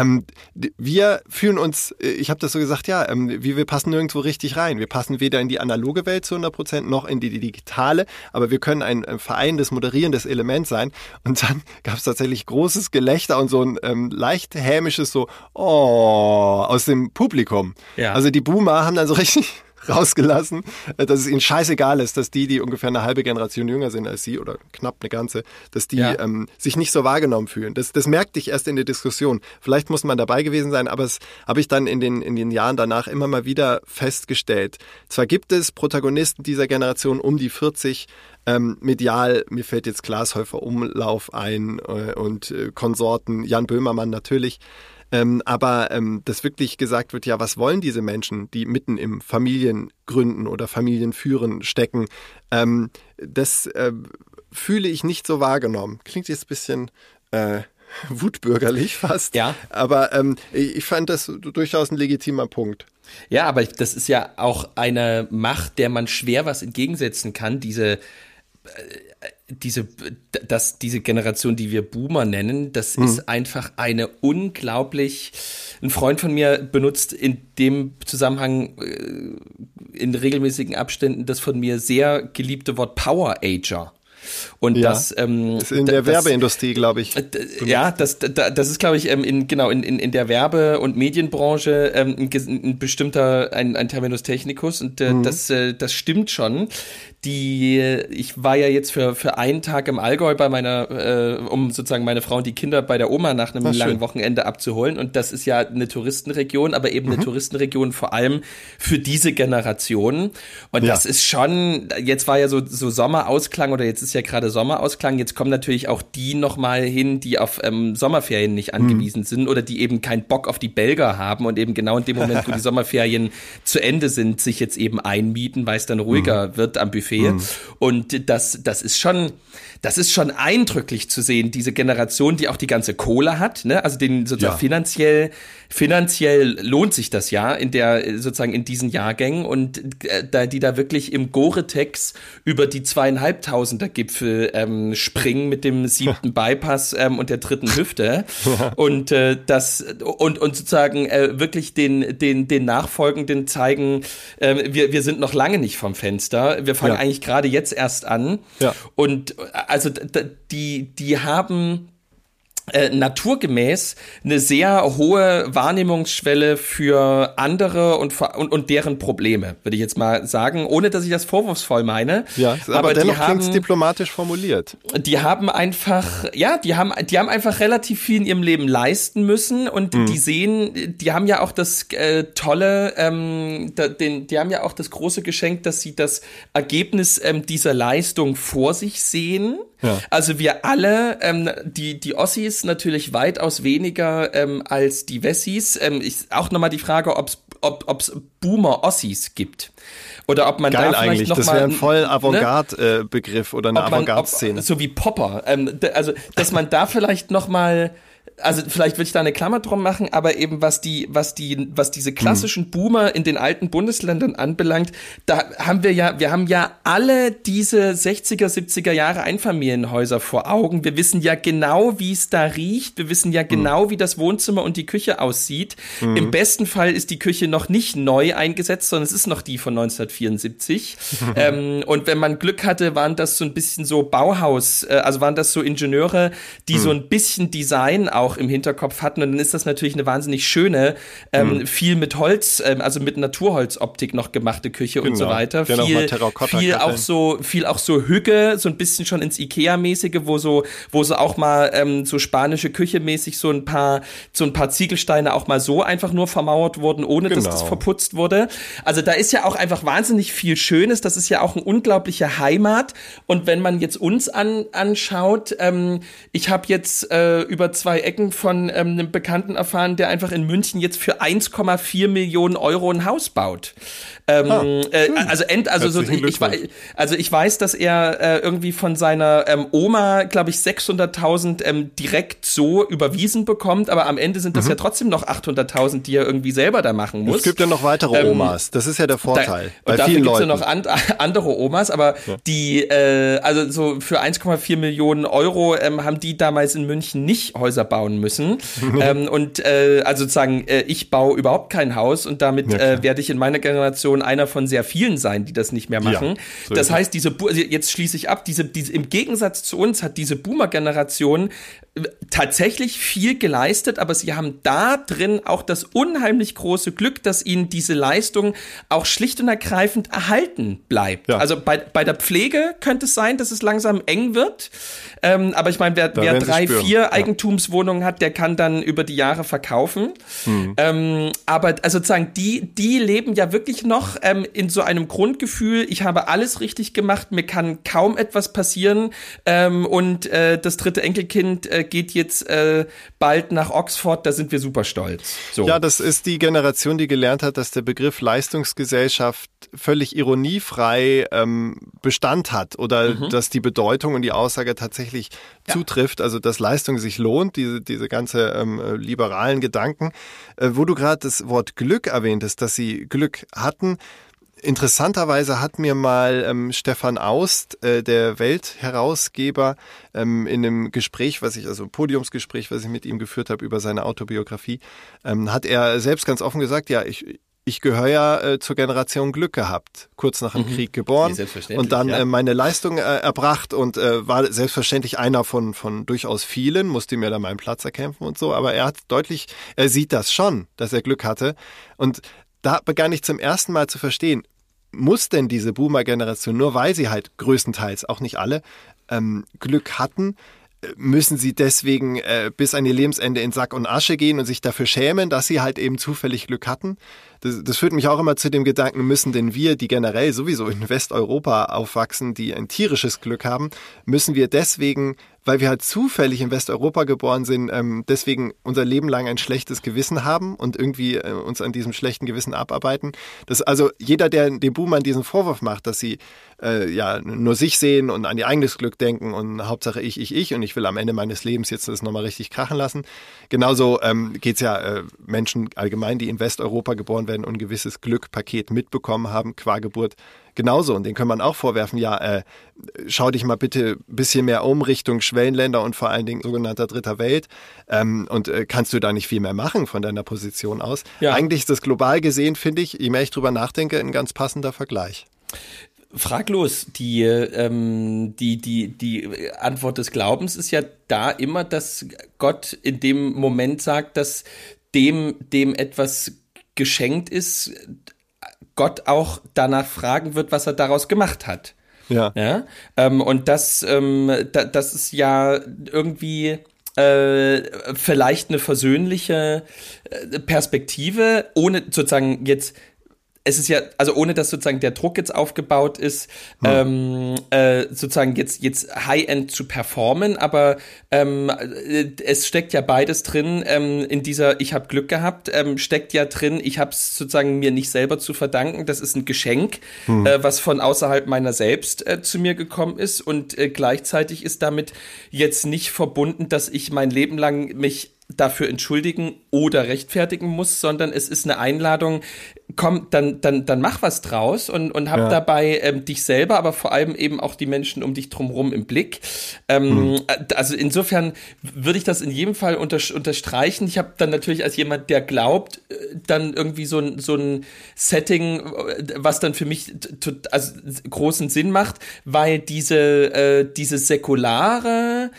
Wir fühlen uns, ich habe das so gesagt, wir passen nirgendwo richtig rein. Wir passen weder in die analoge Welt zu 100% noch in die digitale, aber wir können ein vereinnendes, moderierendes Element sein. Und dann gab es tatsächlich großes Gelächter und so ein leicht hämisches aus dem Publikum. Ja. Also die Boomer haben dann so richtig rausgelassen, dass es ihnen scheißegal ist, dass die ungefähr eine halbe Generation jünger sind als sie oder knapp eine ganze, dass die sich nicht so wahrgenommen fühlen. Das merkte ich erst in der Diskussion. Vielleicht muss man dabei gewesen sein, aber das habe ich dann in den Jahren danach immer mal wieder festgestellt. Zwar gibt es Protagonisten dieser Generation um die 40, medial, mir fällt jetzt Glashäufer Umlauf ein und Konsorten, Jan Böhmermann natürlich, aber dass wirklich gesagt wird, ja, was wollen diese Menschen, die mitten im Familiengründen oder Familienführen stecken, das fühle ich nicht so wahrgenommen. Klingt jetzt ein bisschen wutbürgerlich fast, ja. Aber ich fand das durchaus ein legitimer Punkt. Ja, aber das ist ja auch eine Macht, der man schwer was entgegensetzen kann, diese Generation, die wir Boomer nennen, das ist einfach eine unglaublich, ein Freund von mir benutzt in dem Zusammenhang in regelmäßigen Abständen das von mir sehr geliebte Wort Power-Ager. Und das ist in der Werbeindustrie, glaube ich. Das ist, glaube ich, in der Werbe- und Medienbranche ein bestimmter ein Terminus technicus und das stimmt schon. Ich war ja jetzt für einen Tag im Allgäu bei um sozusagen meine Frau und die Kinder bei der Oma nach einem langen Wochenende abzuholen. Und das ist ja eine Touristenregion, aber eben eine Touristenregion vor allem für diese Generation. Und das ist schon, jetzt war ja so Sommerausklang oder jetzt ist ja gerade Sommerausklang. Jetzt kommen natürlich auch die nochmal hin, die auf Sommerferien nicht angewiesen sind oder die eben keinen Bock auf die Belgier haben und eben genau in dem Moment, wo die Sommerferien zu Ende sind, sich jetzt eben einmieten, weil es dann ruhiger wird am Buffet. Und das ist schon eindrücklich zu sehen, diese Generation, die auch die ganze Kohle hat, ne? Also den sozusagen finanziell lohnt sich das ja in diesen Jahrgängen und die da wirklich im Gore-Tex über die 2.500er Gipfel springen mit dem 7. Bypass und der 3. Hüfte und sozusagen wirklich den Nachfolgenden zeigen, wir sind noch lange nicht vom Fenster, wir fangen eigentlich gerade jetzt erst an und also die haben naturgemäß eine sehr hohe Wahrnehmungsschwelle für andere und deren Probleme, würde ich jetzt mal sagen, ohne dass ich das vorwurfsvoll meine. Ja, aber dennoch klingt es diplomatisch formuliert. Die haben einfach relativ viel in ihrem Leben leisten müssen und die haben ja auch das die haben ja auch das große Geschenk, dass sie das Ergebnis dieser Leistung vor sich sehen. Ja. Also wir alle, die Ossis natürlich weitaus weniger als die Wessis. Auch nochmal die Frage, ob es Boomer-Ossis gibt. Oder ob man Geil da vielleicht eigentlich. noch Das wäre ein voll Avantgarde-Begriff oder eine Avantgarde-Szene. So wie Popper. Also, dass man da vielleicht noch mal, also vielleicht würde ich da eine Klammer drum machen, aber eben was diese klassischen Boomer in den alten Bundesländern anbelangt, da haben wir haben ja alle diese 60er, 70er Jahre Einfamilienhäuser vor Augen. Wir wissen ja genau, wie es da riecht. Wir wissen ja genau, wie das Wohnzimmer und die Küche aussieht. Im besten Fall ist die Küche noch nicht neu eingesetzt, sondern es ist noch die von 1974. Und wenn man Glück hatte, waren das so ein bisschen so Bauhaus, also waren das so Ingenieure, die so ein bisschen Design auch auch im Hinterkopf hatten. Und dann ist das natürlich eine wahnsinnig schöne, viel mit Holz, also mit Naturholzoptik noch gemachte Küche und so weiter. Viel auch so Hügge, so ein bisschen schon ins Ikea-mäßige, wo so auch mal so spanische Küche mäßig so ein paar Ziegelsteine auch mal so einfach nur vermauert wurden, ohne dass das verputzt wurde. Also da ist ja auch einfach wahnsinnig viel Schönes. Das ist ja auch eine unglaubliche Heimat. Und wenn man jetzt uns anschaut, ich habe jetzt über 2 Ecken von einem Bekannten erfahren, der einfach in München jetzt für 1,4 Millionen Euro ein Haus baut. Ich weiß, dass er irgendwie von seiner Oma, glaube ich, 600.000 direkt so überwiesen bekommt, aber am Ende sind das ja trotzdem noch 800.000, die er irgendwie selber da machen muss. Es gibt ja noch weitere Omas, das ist ja der Vorteil. Und dafür gibt es ja noch andere Omas, aber die, also so für 1,4 Millionen Euro haben die damals in München nicht Häuser bauen müssen. Also sozusagen, ich baue überhaupt kein Haus und damit werde ich in meiner Generation einer von sehr vielen sein, die das nicht mehr machen. Ja, so das heißt, jetzt schließe ich ab, im Gegensatz zu uns hat diese Boomer-Generation tatsächlich viel geleistet, aber sie haben da drin auch das unheimlich große Glück, dass ihnen diese Leistung auch schlicht und ergreifend erhalten bleibt. Ja. Also bei der Pflege könnte es sein, dass es langsam eng wird, aber ich meine, wer 3, 4 Eigentumswohnungen hat, der kann dann über die Jahre verkaufen. Aber also sozusagen, die leben ja wirklich noch in so einem Grundgefühl, ich habe alles richtig gemacht, mir kann kaum etwas passieren und das 3. Enkelkind geht jetzt bald nach Oxford, da sind wir super stolz. So. Ja, das ist die Generation, die gelernt hat, dass der Begriff Leistungsgesellschaft völlig ironiefrei Bestand hat oder dass die Bedeutung und die Aussage tatsächlich zutrifft, also dass Leistung sich lohnt, diese ganze liberalen Gedanken. Wo du gerade das Wort Glück erwähntest, dass sie Glück hatten. Interessanterweise hat mir mal Stefan Aust, der Weltherausgeber, in einem Gespräch, Podiumsgespräch, was ich mit ihm geführt habe über seine Autobiografie, hat er selbst ganz offen gesagt, ja, ich gehöre ja zur Generation Glück gehabt, kurz nach dem Krieg geboren und dann meine Leistung erbracht und war selbstverständlich einer von durchaus vielen, musste mir da meinen Platz erkämpfen und so, aber er sieht das schon, dass er Glück hatte und da begann ich zum ersten Mal zu verstehen, muss denn diese Boomer-Generation, nur weil sie halt größtenteils, auch nicht alle, Glück hatten, müssen sie deswegen bis an ihr Lebensende in Sack und Asche gehen und sich dafür schämen, dass sie halt eben zufällig Glück hatten? Das führt mich auch immer zu dem Gedanken, müssen denn wir, die generell sowieso in Westeuropa aufwachsen, die ein tierisches Glück haben, müssen wir deswegen, weil wir halt zufällig in Westeuropa geboren sind, deswegen unser Leben lang ein schlechtes Gewissen haben und irgendwie uns an diesem schlechten Gewissen abarbeiten? Also jeder, der den Boomern diesen Vorwurf macht, dass sie nur sich sehen und an ihr eigenes Glück denken und Hauptsache ich und ich will am Ende meines Lebens jetzt das nochmal richtig krachen lassen. Genauso geht's ja Menschen allgemein, die in Westeuropa geboren werden und ein gewisses Glückpaket mitbekommen haben, qua Geburt. Genauso, und den kann man auch vorwerfen, schau dich mal bitte ein bisschen mehr um Richtung Schwellenländer und vor allen Dingen sogenannter Dritter Welt und kannst du da nicht viel mehr machen von deiner Position aus? Ja. Eigentlich ist das global gesehen, finde ich, je mehr ich drüber nachdenke, ein ganz passender Vergleich. Fraglos, die Antwort des Glaubens ist ja da immer, dass Gott in dem Moment sagt, dass dem etwas geschenkt ist, Gott auch danach fragen wird, was er daraus gemacht hat. Ja. Und das ist ja irgendwie vielleicht eine versöhnliche Perspektive, ohne sozusagen jetzt. Es ist ja, also ohne dass sozusagen der Druck jetzt aufgebaut ist, sozusagen jetzt High-End zu performen, aber es steckt ja beides drin, in dieser Ich habe Glück gehabt, steckt ja drin, ich habe es sozusagen mir nicht selber zu verdanken, das ist ein Geschenk, was von außerhalb meiner selbst zu mir gekommen ist und gleichzeitig ist damit jetzt nicht verbunden, dass ich mein Leben lang mich dafür entschuldigen oder rechtfertigen muss, sondern es ist eine Einladung, komm, dann mach was draus und hab dabei dich selber, aber vor allem eben auch die Menschen um dich drumherum im Blick. Also insofern würde ich das in jedem Fall unterstreichen. Ich habe dann natürlich als jemand, der glaubt, dann irgendwie so ein Setting, was dann für mich also großen Sinn macht, weil diese säkulare,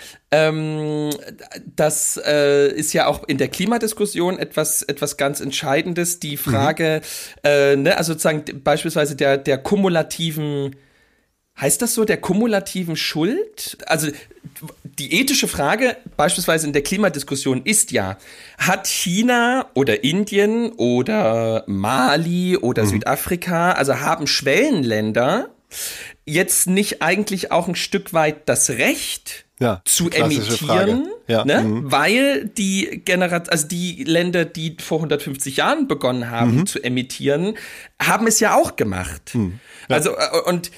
das ist ja auch in der Klimadiskussion etwas ganz Entscheidendes, die Frage, also sozusagen beispielsweise der kumulativen, heißt das so, der kumulativen Schuld? Also die ethische Frage beispielsweise in der Klimadiskussion ist ja, hat China oder Indien oder Mali oder Südafrika, also haben Schwellenländer jetzt nicht eigentlich auch ein Stück weit das Recht, zu emittieren, weil die also die Länder, die vor 150 Jahren begonnen haben zu emittieren, haben es ja auch gemacht. Also und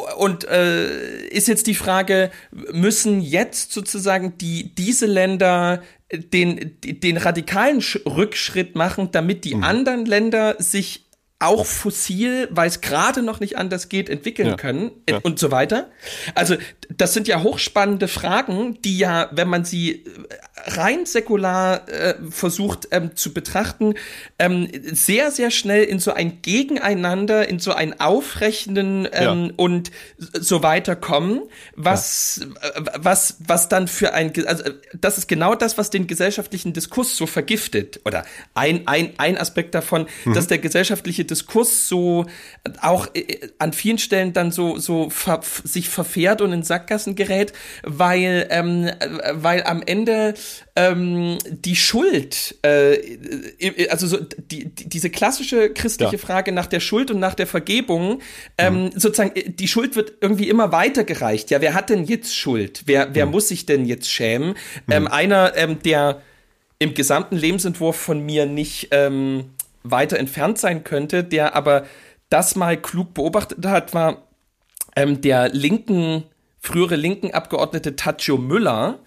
ist jetzt die Frage, müssen jetzt sozusagen diese Länder den radikalen Rückschritt machen, damit die anderen Länder sich auch fossil, weil es gerade noch nicht anders geht, entwickeln können und so weiter. Also das sind ja hochspannende Fragen, die ja, wenn man sie rein säkular versucht zu betrachten, sehr, sehr schnell in so ein Gegeneinander, in so ein Aufrechnen und so weiter kommen, was dann für also das ist genau das, was den gesellschaftlichen Diskurs so vergiftet. Oder ein Aspekt davon, dass der gesellschaftliche Diskurs so auch an vielen Stellen dann so sich verfährt und in Sackgassen gerät, weil am Ende die Schuld, also so diese klassische christliche Frage nach der Schuld und nach der Vergebung, sozusagen die Schuld wird irgendwie immer weitergereicht. Ja, wer hat denn jetzt Schuld? Wer muss sich denn jetzt schämen? Einer, der im gesamten Lebensentwurf von mir nicht weiter entfernt sein könnte, der aber das mal klug beobachtet hat, war der frühere linken Abgeordnete Tacho Müller,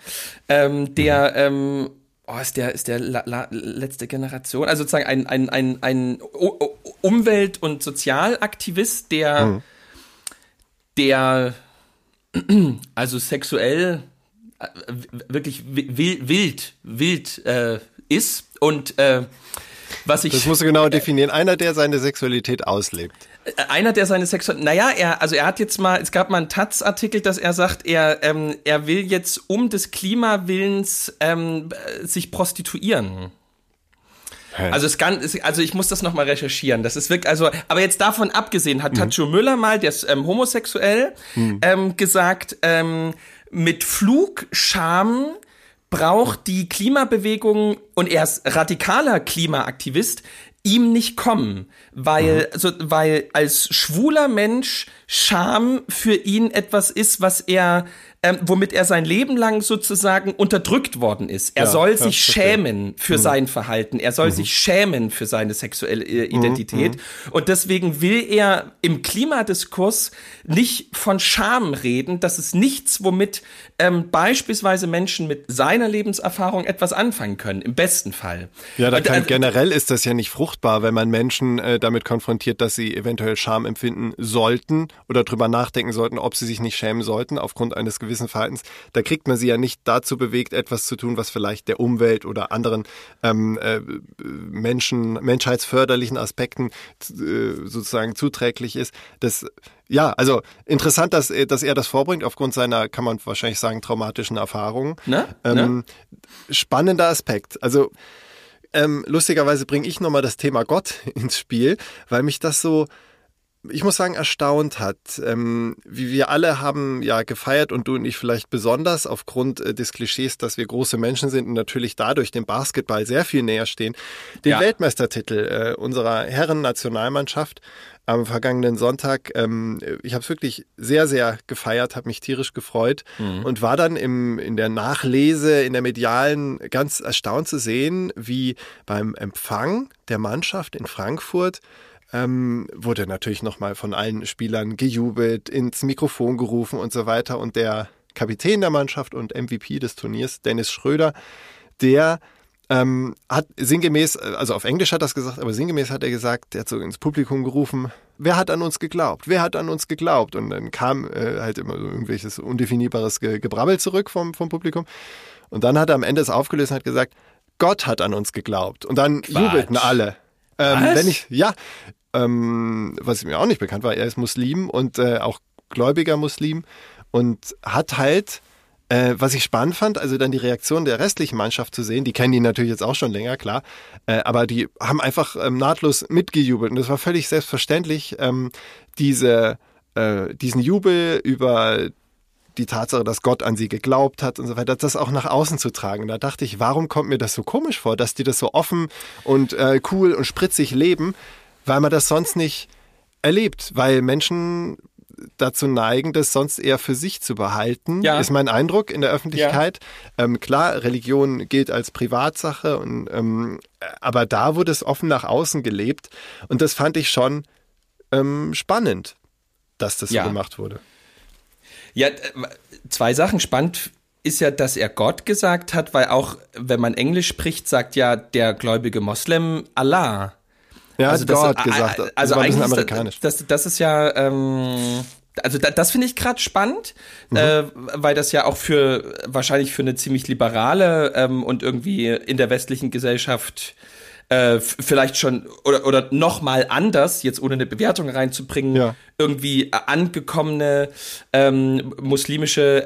der ist der letzte Generation, also sozusagen ein Umwelt- und Sozialaktivist, der also sexuell wirklich wild ist und das musst du genau definieren. Einer, der seine Sexualität auslebt. Einer, der seine Sexualität, er hat jetzt mal, es gab mal einen Taz-Artikel, dass er sagt, er will jetzt um des Klimawillens sich prostituieren. Also ich muss das nochmal recherchieren. Das ist wirklich, aber jetzt davon abgesehen hat Tacho Müller mal, der ist homosexuell, gesagt, mit Flugscham braucht die Klimabewegung, und er ist radikaler Klimaaktivist, ihm nicht kommen, weil als schwuler Mensch Scham für ihn etwas ist, was womit er sein Leben lang sozusagen unterdrückt worden ist. Er soll sich schämen für sein Verhalten. Er soll sich schämen für seine sexuelle Identität. Und deswegen will er im Klimadiskurs nicht von Scham reden. Das ist nichts, womit beispielsweise Menschen mit seiner Lebenserfahrung etwas anfangen können. Im besten Fall. Ja, generell ist das ja nicht fruchtbar, wenn man Menschen damit konfrontiert, dass sie eventuell Scham empfinden sollten oder drüber nachdenken sollten, ob sie sich nicht schämen sollten aufgrund eines gewissen Verhaltens. Da kriegt man sie ja nicht dazu bewegt, etwas zu tun, was vielleicht der Umwelt oder anderen menschheitsförderlichen Aspekten sozusagen zuträglich ist. Also interessant, dass er das vorbringt, aufgrund seiner, kann man wahrscheinlich sagen, traumatischen Erfahrungen. Spannender Aspekt. Also lustigerweise bringe ich nochmal das Thema Gott ins Spiel, weil mich das so, ich muss sagen, erstaunt hat. Wie wir alle haben ja gefeiert, und du und ich vielleicht besonders, aufgrund des Klischees, dass wir große Menschen sind und natürlich dadurch dem Basketball sehr viel näher stehen, den Weltmeistertitel unserer Herren-Nationalmannschaft am vergangenen Sonntag. Ich habe es wirklich sehr, sehr gefeiert, habe mich tierisch gefreut und war dann in der Nachlese, in der medialen, ganz erstaunt zu sehen, wie beim Empfang der Mannschaft in Frankfurt wurde natürlich nochmal von allen Spielern gejubelt, ins Mikrofon gerufen und so weiter. Und der Kapitän der Mannschaft und MVP des Turniers, Dennis Schröder, der hat sinngemäß, also auf Englisch hat er das gesagt, aber sinngemäß hat er gesagt, er hat so ins Publikum gerufen, wer hat an uns geglaubt? Wer hat an uns geglaubt? Und dann kam halt immer so irgendwelches undefinierbares Gebrabbel zurück vom Publikum. Und dann hat er am Ende es aufgelöst und hat gesagt, Gott hat an uns geglaubt. Und dann jubelten alle. Was? Was mir auch nicht bekannt war, er ist Muslim und auch gläubiger Muslim und hat halt, was ich spannend fand, also dann die Reaktion der restlichen Mannschaft zu sehen, die kennen ihn natürlich jetzt auch schon länger, klar, aber die haben einfach nahtlos mitgejubelt und das war völlig selbstverständlich, diesen Jubel über die Tatsache, dass Gott an sie geglaubt hat und so weiter, das auch nach außen zu tragen. Und da dachte ich, warum kommt mir das so komisch vor, dass die das so offen und cool und spritzig leben, weil man das sonst nicht erlebt, weil Menschen dazu neigen, das sonst eher für sich zu behalten, ist mein Eindruck in der Öffentlichkeit. Ja. Klar, Religion gilt als Privatsache, aber da wurde es offen nach außen gelebt und das fand ich schon spannend, dass das so gemacht wurde. Ja, zwei Sachen. Spannend ist ja, dass er Gott gesagt hat, weil auch, wenn man Englisch spricht, sagt ja der gläubige Moslem Allah. Ja, also Gott gesagt. Also war ein bisschen eigentlich amerikanisch. Das ist ja, das finde ich gerade spannend, weil das ja auch wahrscheinlich für eine ziemlich liberale und irgendwie in der westlichen Gesellschaft vielleicht schon oder noch mal anders, jetzt ohne eine Bewertung reinzubringen, irgendwie angekommene muslimische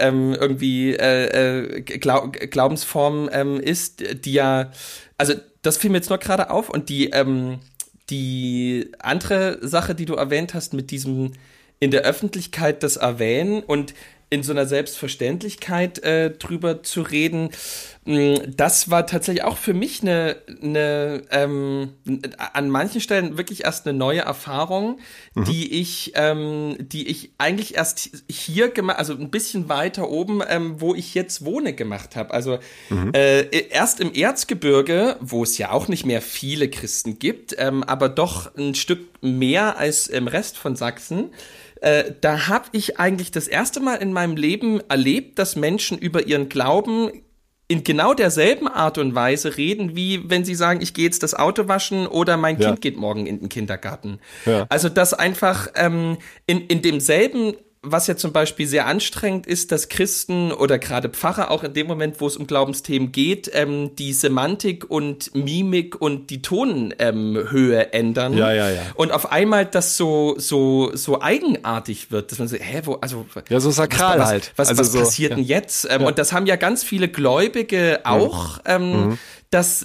Glaubensform ist, die ja, also das fiel mir jetzt nur gerade auf und die andere Sache, die du erwähnt hast, mit diesem in der Öffentlichkeit das Erwähnen und in so einer Selbstverständlichkeit drüber zu reden, das war tatsächlich auch für mich an manchen Stellen wirklich erst eine neue Erfahrung, die ich eigentlich erst hier gemacht, also ein bisschen weiter oben, wo ich jetzt wohne, gemacht habe. Also erst im Erzgebirge, wo es ja auch nicht mehr viele Christen gibt, aber doch ein Stück mehr als im Rest von Sachsen. Da habe ich eigentlich das erste Mal in meinem Leben erlebt, dass Menschen über ihren Glauben in genau derselben Art und Weise reden, wie wenn sie sagen, ich gehe jetzt das Auto waschen oder mein Kind geht morgen in den Kindergarten. Ja. Also das einfach in demselben, was ja zum Beispiel sehr anstrengend ist, dass Christen oder gerade Pfarrer auch in dem Moment, wo es um Glaubensthemen geht, die Semantik und Mimik und die Tonhöhe ändern. Ja. Und auf einmal das so eigenartig wird, dass man so, so sakral halt. Was passiert denn jetzt? Und das haben ja ganz viele Gläubige auch, dass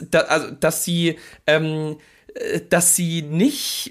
sie nicht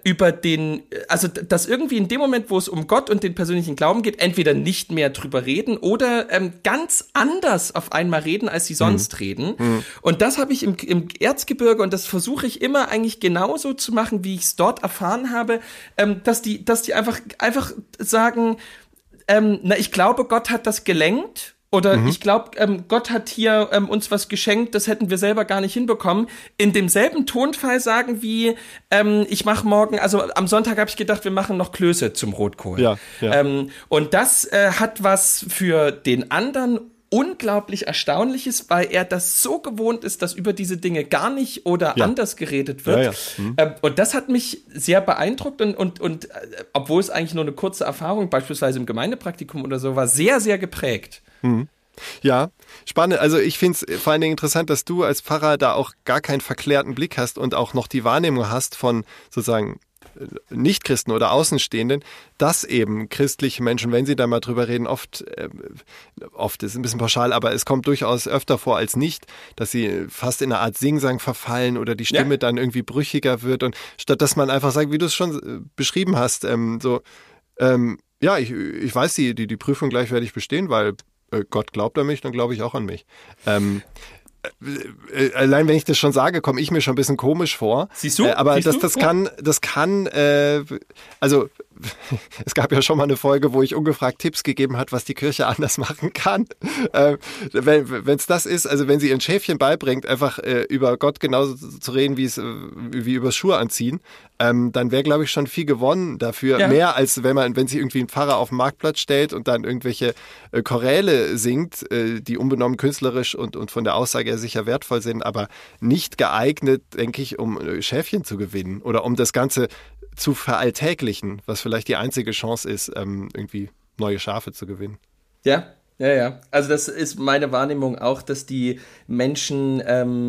dass irgendwie in dem Moment, wo es um Gott und den persönlichen Glauben geht, entweder nicht mehr drüber reden oder ganz anders auf einmal reden, als sie sonst reden. Und das habe ich im Erzgebirge und das versuche ich immer eigentlich genauso zu machen, wie ich es dort erfahren habe, dass die einfach sagen, ich glaube, Gott hat das gelenkt. Oder ich glaube, Gott hat hier uns was geschenkt, das hätten wir selber gar nicht hinbekommen. In demselben Tonfall sagen wie, ich mache morgen, also am Sonntag habe ich gedacht, wir machen noch Klöße zum Rotkohl. Ja. Und das hat was für den anderen unglaublich Erstaunliches, weil er das so gewohnt ist, dass über diese Dinge gar nicht oder anders geredet wird. Und das hat mich sehr beeindruckt und obwohl es eigentlich nur eine kurze Erfahrung, beispielsweise im Gemeindepraktikum oder so war, sehr, sehr geprägt. Ja, spannend. Also ich finde es vor allen Dingen interessant, dass du als Pfarrer da auch gar keinen verklärten Blick hast und auch noch die Wahrnehmung hast von sozusagen Nichtchristen oder Außenstehenden, dass eben christliche Menschen, wenn sie da mal drüber reden, oft ist ein bisschen pauschal, aber es kommt durchaus öfter vor als nicht, dass sie fast in eine Art Singsang verfallen oder die Stimme dann irgendwie brüchiger wird und statt dass man einfach sagt, wie du es schon beschrieben hast, ich weiß, die Prüfung gleich werde ich bestehen, weil Gott glaubt an mich, dann glaube ich auch an mich. Allein wenn ich das schon sage, komme ich mir schon ein bisschen komisch vor. Siehst du? Aber das kann, also es gab ja schon mal eine Folge, wo ich ungefragt Tipps gegeben hat, was die Kirche anders machen kann. Wenn es das ist, also wenn sie ihren Schäfchen beibringt, einfach über Gott genauso zu reden, wie über Schuhe anziehen, dann wäre, glaube ich, schon viel gewonnen dafür. Ja. Mehr als wenn sich irgendwie ein Pfarrer auf den Marktplatz stellt und dann irgendwelche Choräle singt, die unbenommen künstlerisch und von der Aussage her sicher wertvoll sind, aber nicht geeignet, denke ich, um Schäfchen zu gewinnen oder um das Ganze zu veralltäglichen, was vielleicht die einzige Chance ist, irgendwie neue Schafe zu gewinnen. Ja. Also das ist meine Wahrnehmung auch, dass die Menschen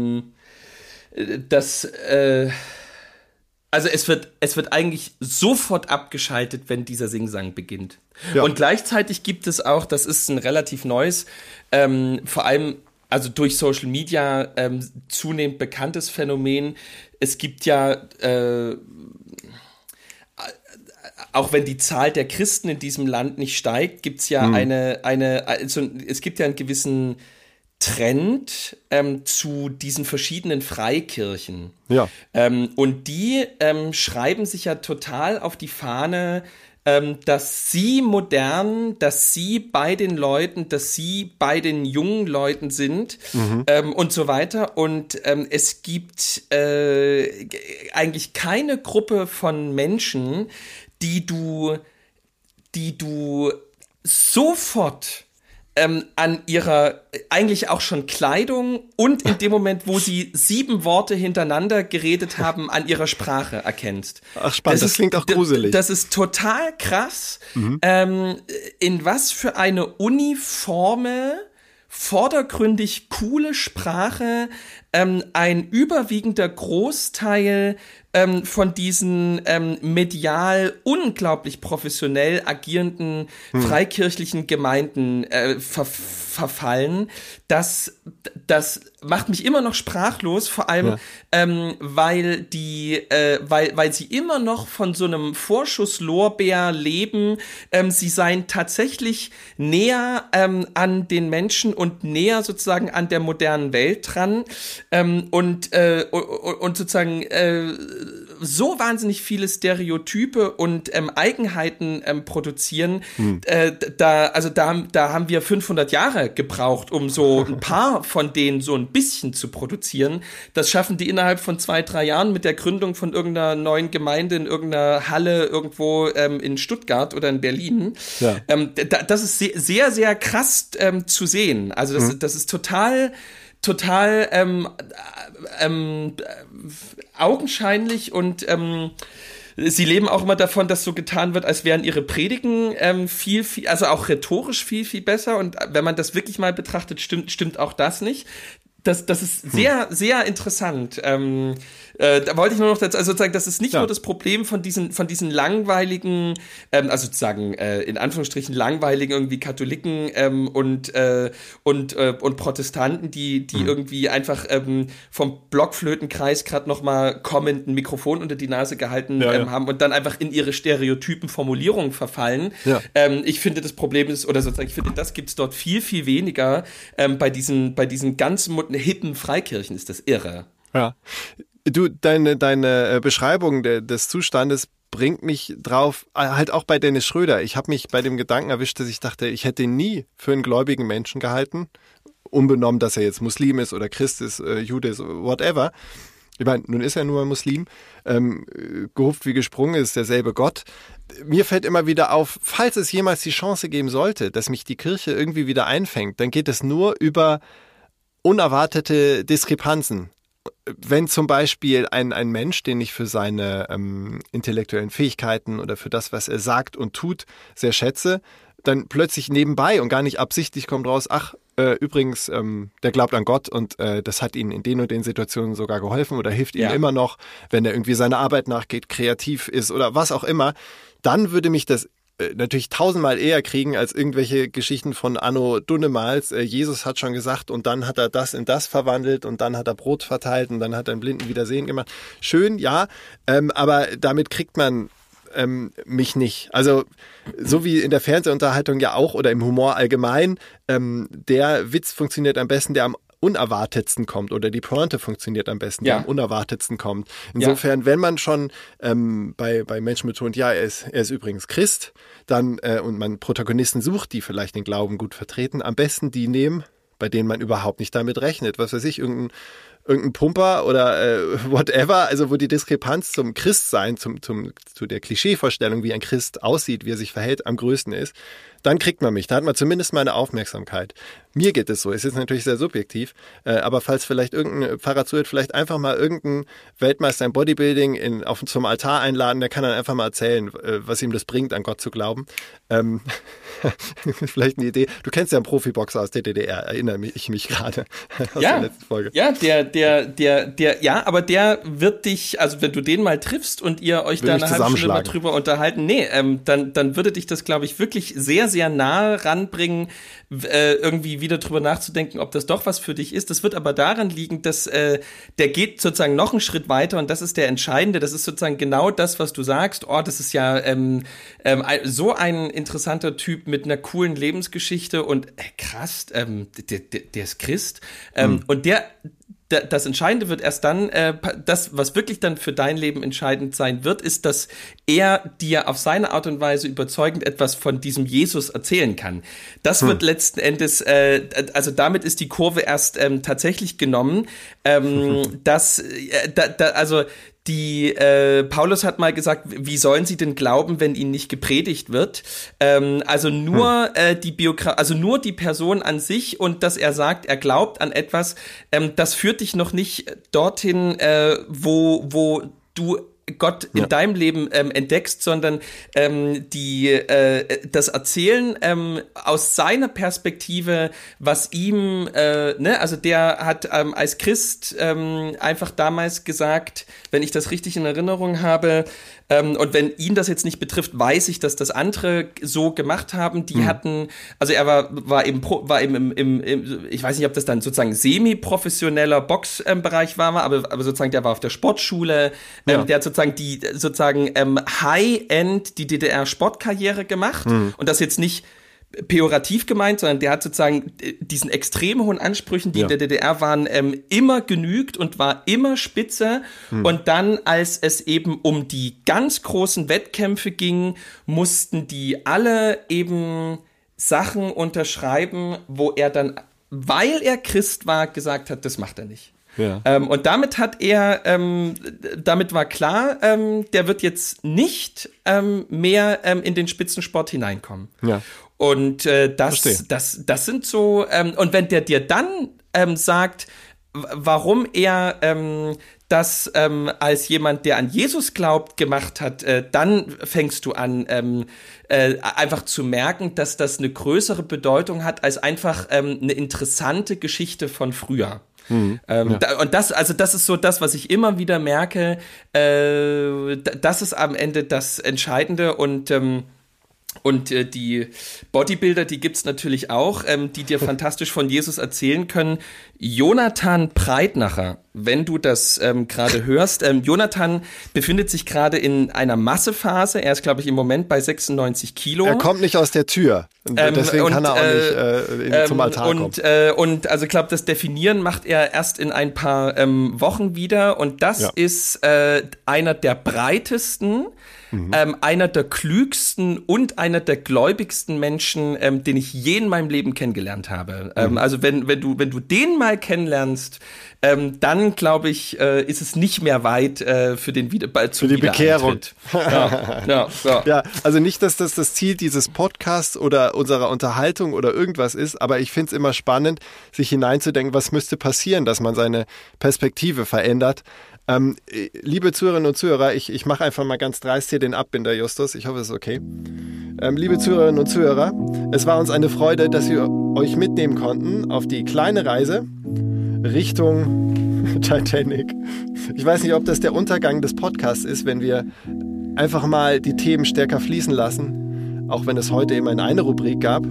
also es wird eigentlich sofort abgeschaltet, wenn dieser Singsang beginnt. Ja. Und gleichzeitig gibt es auch, das ist ein relativ neues, vor allem also durch Social Media zunehmend bekanntes Phänomen. Es gibt ja auch wenn die Zahl der Christen in diesem Land nicht steigt, gibt es ja es gibt ja einen gewissen Trend zu diesen verschiedenen Freikirchen. Ja. Und die schreiben sich ja total auf die Fahne, dass sie modern, dass sie bei den Leuten, dass sie bei den jungen Leuten sind und so weiter. Und es gibt eigentlich keine Gruppe von Menschen, die du sofort an ihrer eigentlich auch schon Kleidung und in dem Moment, wo sie 7 Worte hintereinander geredet haben, an ihrer Sprache erkennst. Ach, spannend, das klingt auch gruselig. Das ist total krass, in was für eine uniforme, vordergründig coole Sprache ein überwiegender Großteil von diesen medial unglaublich professionell agierenden freikirchlichen Gemeinden verfallen. Das macht mich immer noch sprachlos, vor allem weil sie immer noch von so einem Vorschusslorbeer leben. Sie seien tatsächlich näher an den Menschen und näher sozusagen an der modernen Welt dran und sozusagen so wahnsinnig viele Stereotype und Eigenheiten produzieren. Da haben wir 500 Jahre gebraucht, um so ein paar von denen so ein bisschen zu produzieren. Das schaffen die innerhalb von 2-3 Jahren mit der Gründung von irgendeiner neuen Gemeinde in irgendeiner Halle irgendwo in Stuttgart oder in Berlin. Ja. Das ist sehr, sehr krass zu sehen. Also das ist total augenscheinlich und sie leben auch immer davon, dass so getan wird, als wären ihre Predigen viel, also auch rhetorisch viel, viel besser. Und wenn man das wirklich mal betrachtet, stimmt auch das nicht. Das ist sehr, sehr interessant. Da wollte ich nur noch dazu, also sozusagen, das ist nicht nur das Problem von diesen langweiligen, also sozusagen in Anführungsstrichen langweiligen irgendwie Katholiken und Protestanten, die irgendwie einfach vom Blockflötenkreis gerade noch mal kommend ein Mikrofon unter die Nase gehalten haben und dann einfach in ihre stereotypen Formulierungen verfallen. Ja. Ich finde, das Problem ist, oder sozusagen, ich finde, das gibt's dort viel, viel weniger. Bei diesen ganz hippen Freikirchen ist das irre. Ja. Du, deine Beschreibung des Zustandes bringt mich drauf, halt auch bei Dennis Schröder. Ich habe mich bei dem Gedanken erwischt, dass ich dachte, ich hätte ihn nie für einen gläubigen Menschen gehalten, unbenommen, dass er jetzt Muslim ist oder Christ ist, Jude ist, whatever. Ich meine, nun ist er nur ein Muslim, gehupft wie gesprungen, ist derselbe Gott. Mir fällt immer wieder auf, falls es jemals die Chance geben sollte, dass mich die Kirche irgendwie wieder einfängt, dann geht es nur über unerwartete Diskrepanzen. Wenn zum Beispiel ein Mensch, den ich für seine intellektuellen Fähigkeiten oder für das, was er sagt und tut, sehr schätze, dann plötzlich nebenbei und gar nicht absichtlich kommt raus, übrigens, der glaubt an Gott und das hat ihnen in den und den Situationen sogar geholfen oder hilft ihm immer noch, wenn er irgendwie seiner Arbeit nachgeht, kreativ ist oder was auch immer, dann würde mich das natürlich 1000-mal eher kriegen als irgendwelche Geschichten von Anno Dunnemals. Jesus hat schon gesagt und dann hat er das in das verwandelt und dann hat er Brot verteilt und dann hat er einen Blinden wieder sehen gemacht. Schön, ja, aber damit kriegt man mich nicht. Also so wie in der Fernsehunterhaltung ja auch oder im Humor allgemein, der Witz funktioniert am besten, der am unerwartetsten kommt oder die Pointe funktioniert am besten, Ja. die am unerwartetsten kommt. Insofern, wenn man schon bei Menschen betont, ja, er ist übrigens Christ, dann und man Protagonisten sucht, die vielleicht den Glauben gut vertreten, am besten die nehmen, bei denen man überhaupt nicht damit rechnet. Was weiß ich, irgendein Pumper oder whatever, also wo die Diskrepanz zum Christsein, zu der Klischeevorstellung, wie ein Christ aussieht, wie er sich verhält, am größten ist, dann kriegt man mich. Da hat man zumindest meine Aufmerksamkeit. Mir geht es so. Es ist natürlich sehr subjektiv, aber falls vielleicht irgendein Pfarrer zuhört, vielleicht einfach mal irgendein Weltmeister im Bodybuilding zum Altar einladen, der kann dann einfach mal erzählen, was ihm das bringt, an Gott zu glauben. Vielleicht eine Idee. Du kennst ja einen Profiboxer aus der DDR, erinnere ich mich gerade aus der letzten Folge. Ja, aber der wird dich, also wenn du den mal triffst und ihr euch da eine halbe Stunde mal drüber unterhalten, dann würde dich das, glaube ich, wirklich sehr, sehr nah ranbringen, irgendwie wieder drüber nachzudenken, ob das doch was für dich ist. Das wird aber daran liegen, dass der geht sozusagen noch einen Schritt weiter und das ist der Entscheidende. Das ist sozusagen genau das, was du sagst. Oh, das ist ja so ein interessanter Typ mit einer coolen Lebensgeschichte und krass, der ist Christ. Und das Entscheidende wird erst dann, das, was wirklich dann für dein Leben entscheidend sein wird, ist, dass er dir auf seine Art und Weise überzeugend etwas von diesem Jesus erzählen kann. Das wird letzten Endes, also damit ist die Kurve erst tatsächlich genommen, also Paulus hat mal gesagt, wie sollen sie denn glauben, wenn ihnen nicht gepredigt wird? Also nur nur die Person an sich und dass er sagt, er glaubt an etwas, das führt dich noch nicht dorthin, wo du Gott in deinem Leben entdeckst, sondern das Erzählen aus seiner Perspektive, was ihm, also der hat als Christ einfach damals gesagt, wenn ich das richtig in Erinnerung habe, und wenn ihn das jetzt nicht betrifft, weiß ich, dass das andere so gemacht haben. Die hatten, also er war eben im ich weiß nicht, ob das dann sozusagen semi-professioneller Boxbereich war, aber sozusagen der war auf der Sportschule. Der hat sozusagen High-End die DDR-Sportkarriere gemacht und das jetzt nicht pejorativ gemeint, sondern der hat sozusagen diesen extrem hohen Ansprüchen, die in der DDR waren, immer genügt und war immer spitze. Und dann, als es eben um die ganz großen Wettkämpfe ging, mussten die alle eben Sachen unterschreiben, wo er dann, weil er Christ war, gesagt hat, das macht er nicht. Ja. Und damit war klar, der wird jetzt nicht mehr in den Spitzensport hineinkommen. Ja. Und das sind so, und wenn der dir dann sagt, warum er das als jemand, der an Jesus glaubt, gemacht hat, dann fängst du an, einfach zu merken, dass das eine größere Bedeutung hat als einfach eine interessante Geschichte von früher. Und das ist so das, was ich immer wieder merke, das ist am Ende das Entscheidende und die Bodybuilder, die gibt's natürlich auch, die dir fantastisch von Jesus erzählen können. Jonathan Breitnacher, wenn du das gerade hörst. Jonathan befindet sich gerade in einer Massephase. Er ist, glaube ich, im Moment bei 96 Kilo. Er kommt nicht aus der Tür. Deswegen kann er auch nicht zum Altar kommen. Und also ich glaube, das Definieren macht er erst in ein paar Wochen wieder. Und das ist einer der breitesten, einer der klügsten und einer der gläubigsten Menschen, den ich je in meinem Leben kennengelernt habe. Also wenn du den mal kennenlernst, dann glaube ich, ist es nicht mehr weit für den für die Bekehrung. Ja. Ja, also nicht, dass das Ziel dieses Podcasts oder unserer Unterhaltung oder irgendwas ist, aber ich finde es immer spannend, sich hineinzudenken, was müsste passieren, dass man seine Perspektive verändert. Liebe Zuhörerinnen und Zuhörer, ich mache einfach mal ganz dreist hier den Abbinder, Justus. Ich hoffe, es ist okay. Liebe Zuhörerinnen und Zuhörer, es war uns eine Freude, dass wir euch mitnehmen konnten auf die kleine Reise Richtung Titanic. Ich weiß nicht, ob das der Untergang des Podcasts ist, wenn wir einfach mal die Themen stärker fließen lassen, auch wenn es heute immer eine Rubrik gab.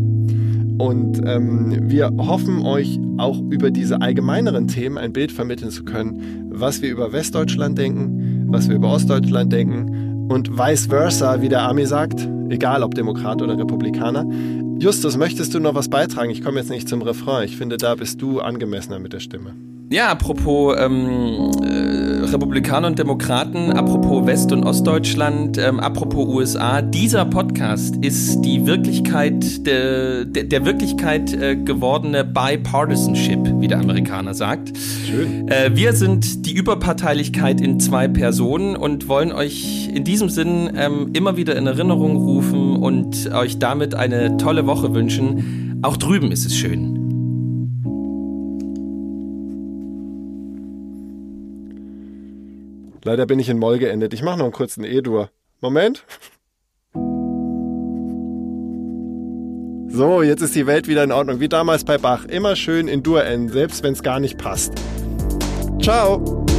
Und wir hoffen, euch auch über diese allgemeineren Themen ein Bild vermitteln zu können, was wir über Westdeutschland denken, was wir über Ostdeutschland denken und vice versa, wie der Ami sagt, egal ob Demokrat oder Republikaner. Justus, möchtest du noch was beitragen? Ich komme jetzt nicht zum Refrain. Ich finde, da bist du angemessener mit der Stimme. Ja, apropos Republikaner und Demokraten, apropos West- und Ostdeutschland, apropos USA, dieser Podcast ist die Wirklichkeit, der Wirklichkeit gewordene Bipartisanship, wie der Amerikaner sagt. Schön. Wir sind die Überparteilichkeit in 2 Personen und wollen euch in diesem Sinn immer wieder in Erinnerung rufen und euch damit eine tolle Woche wünschen. Auch drüben ist es schön. Leider bin ich in Moll geendet. Ich mache noch einen kurzen E-Dur. Moment. So, jetzt ist die Welt wieder in Ordnung. Wie damals bei Bach. Immer schön in Dur enden, selbst wenn es gar nicht passt. Ciao.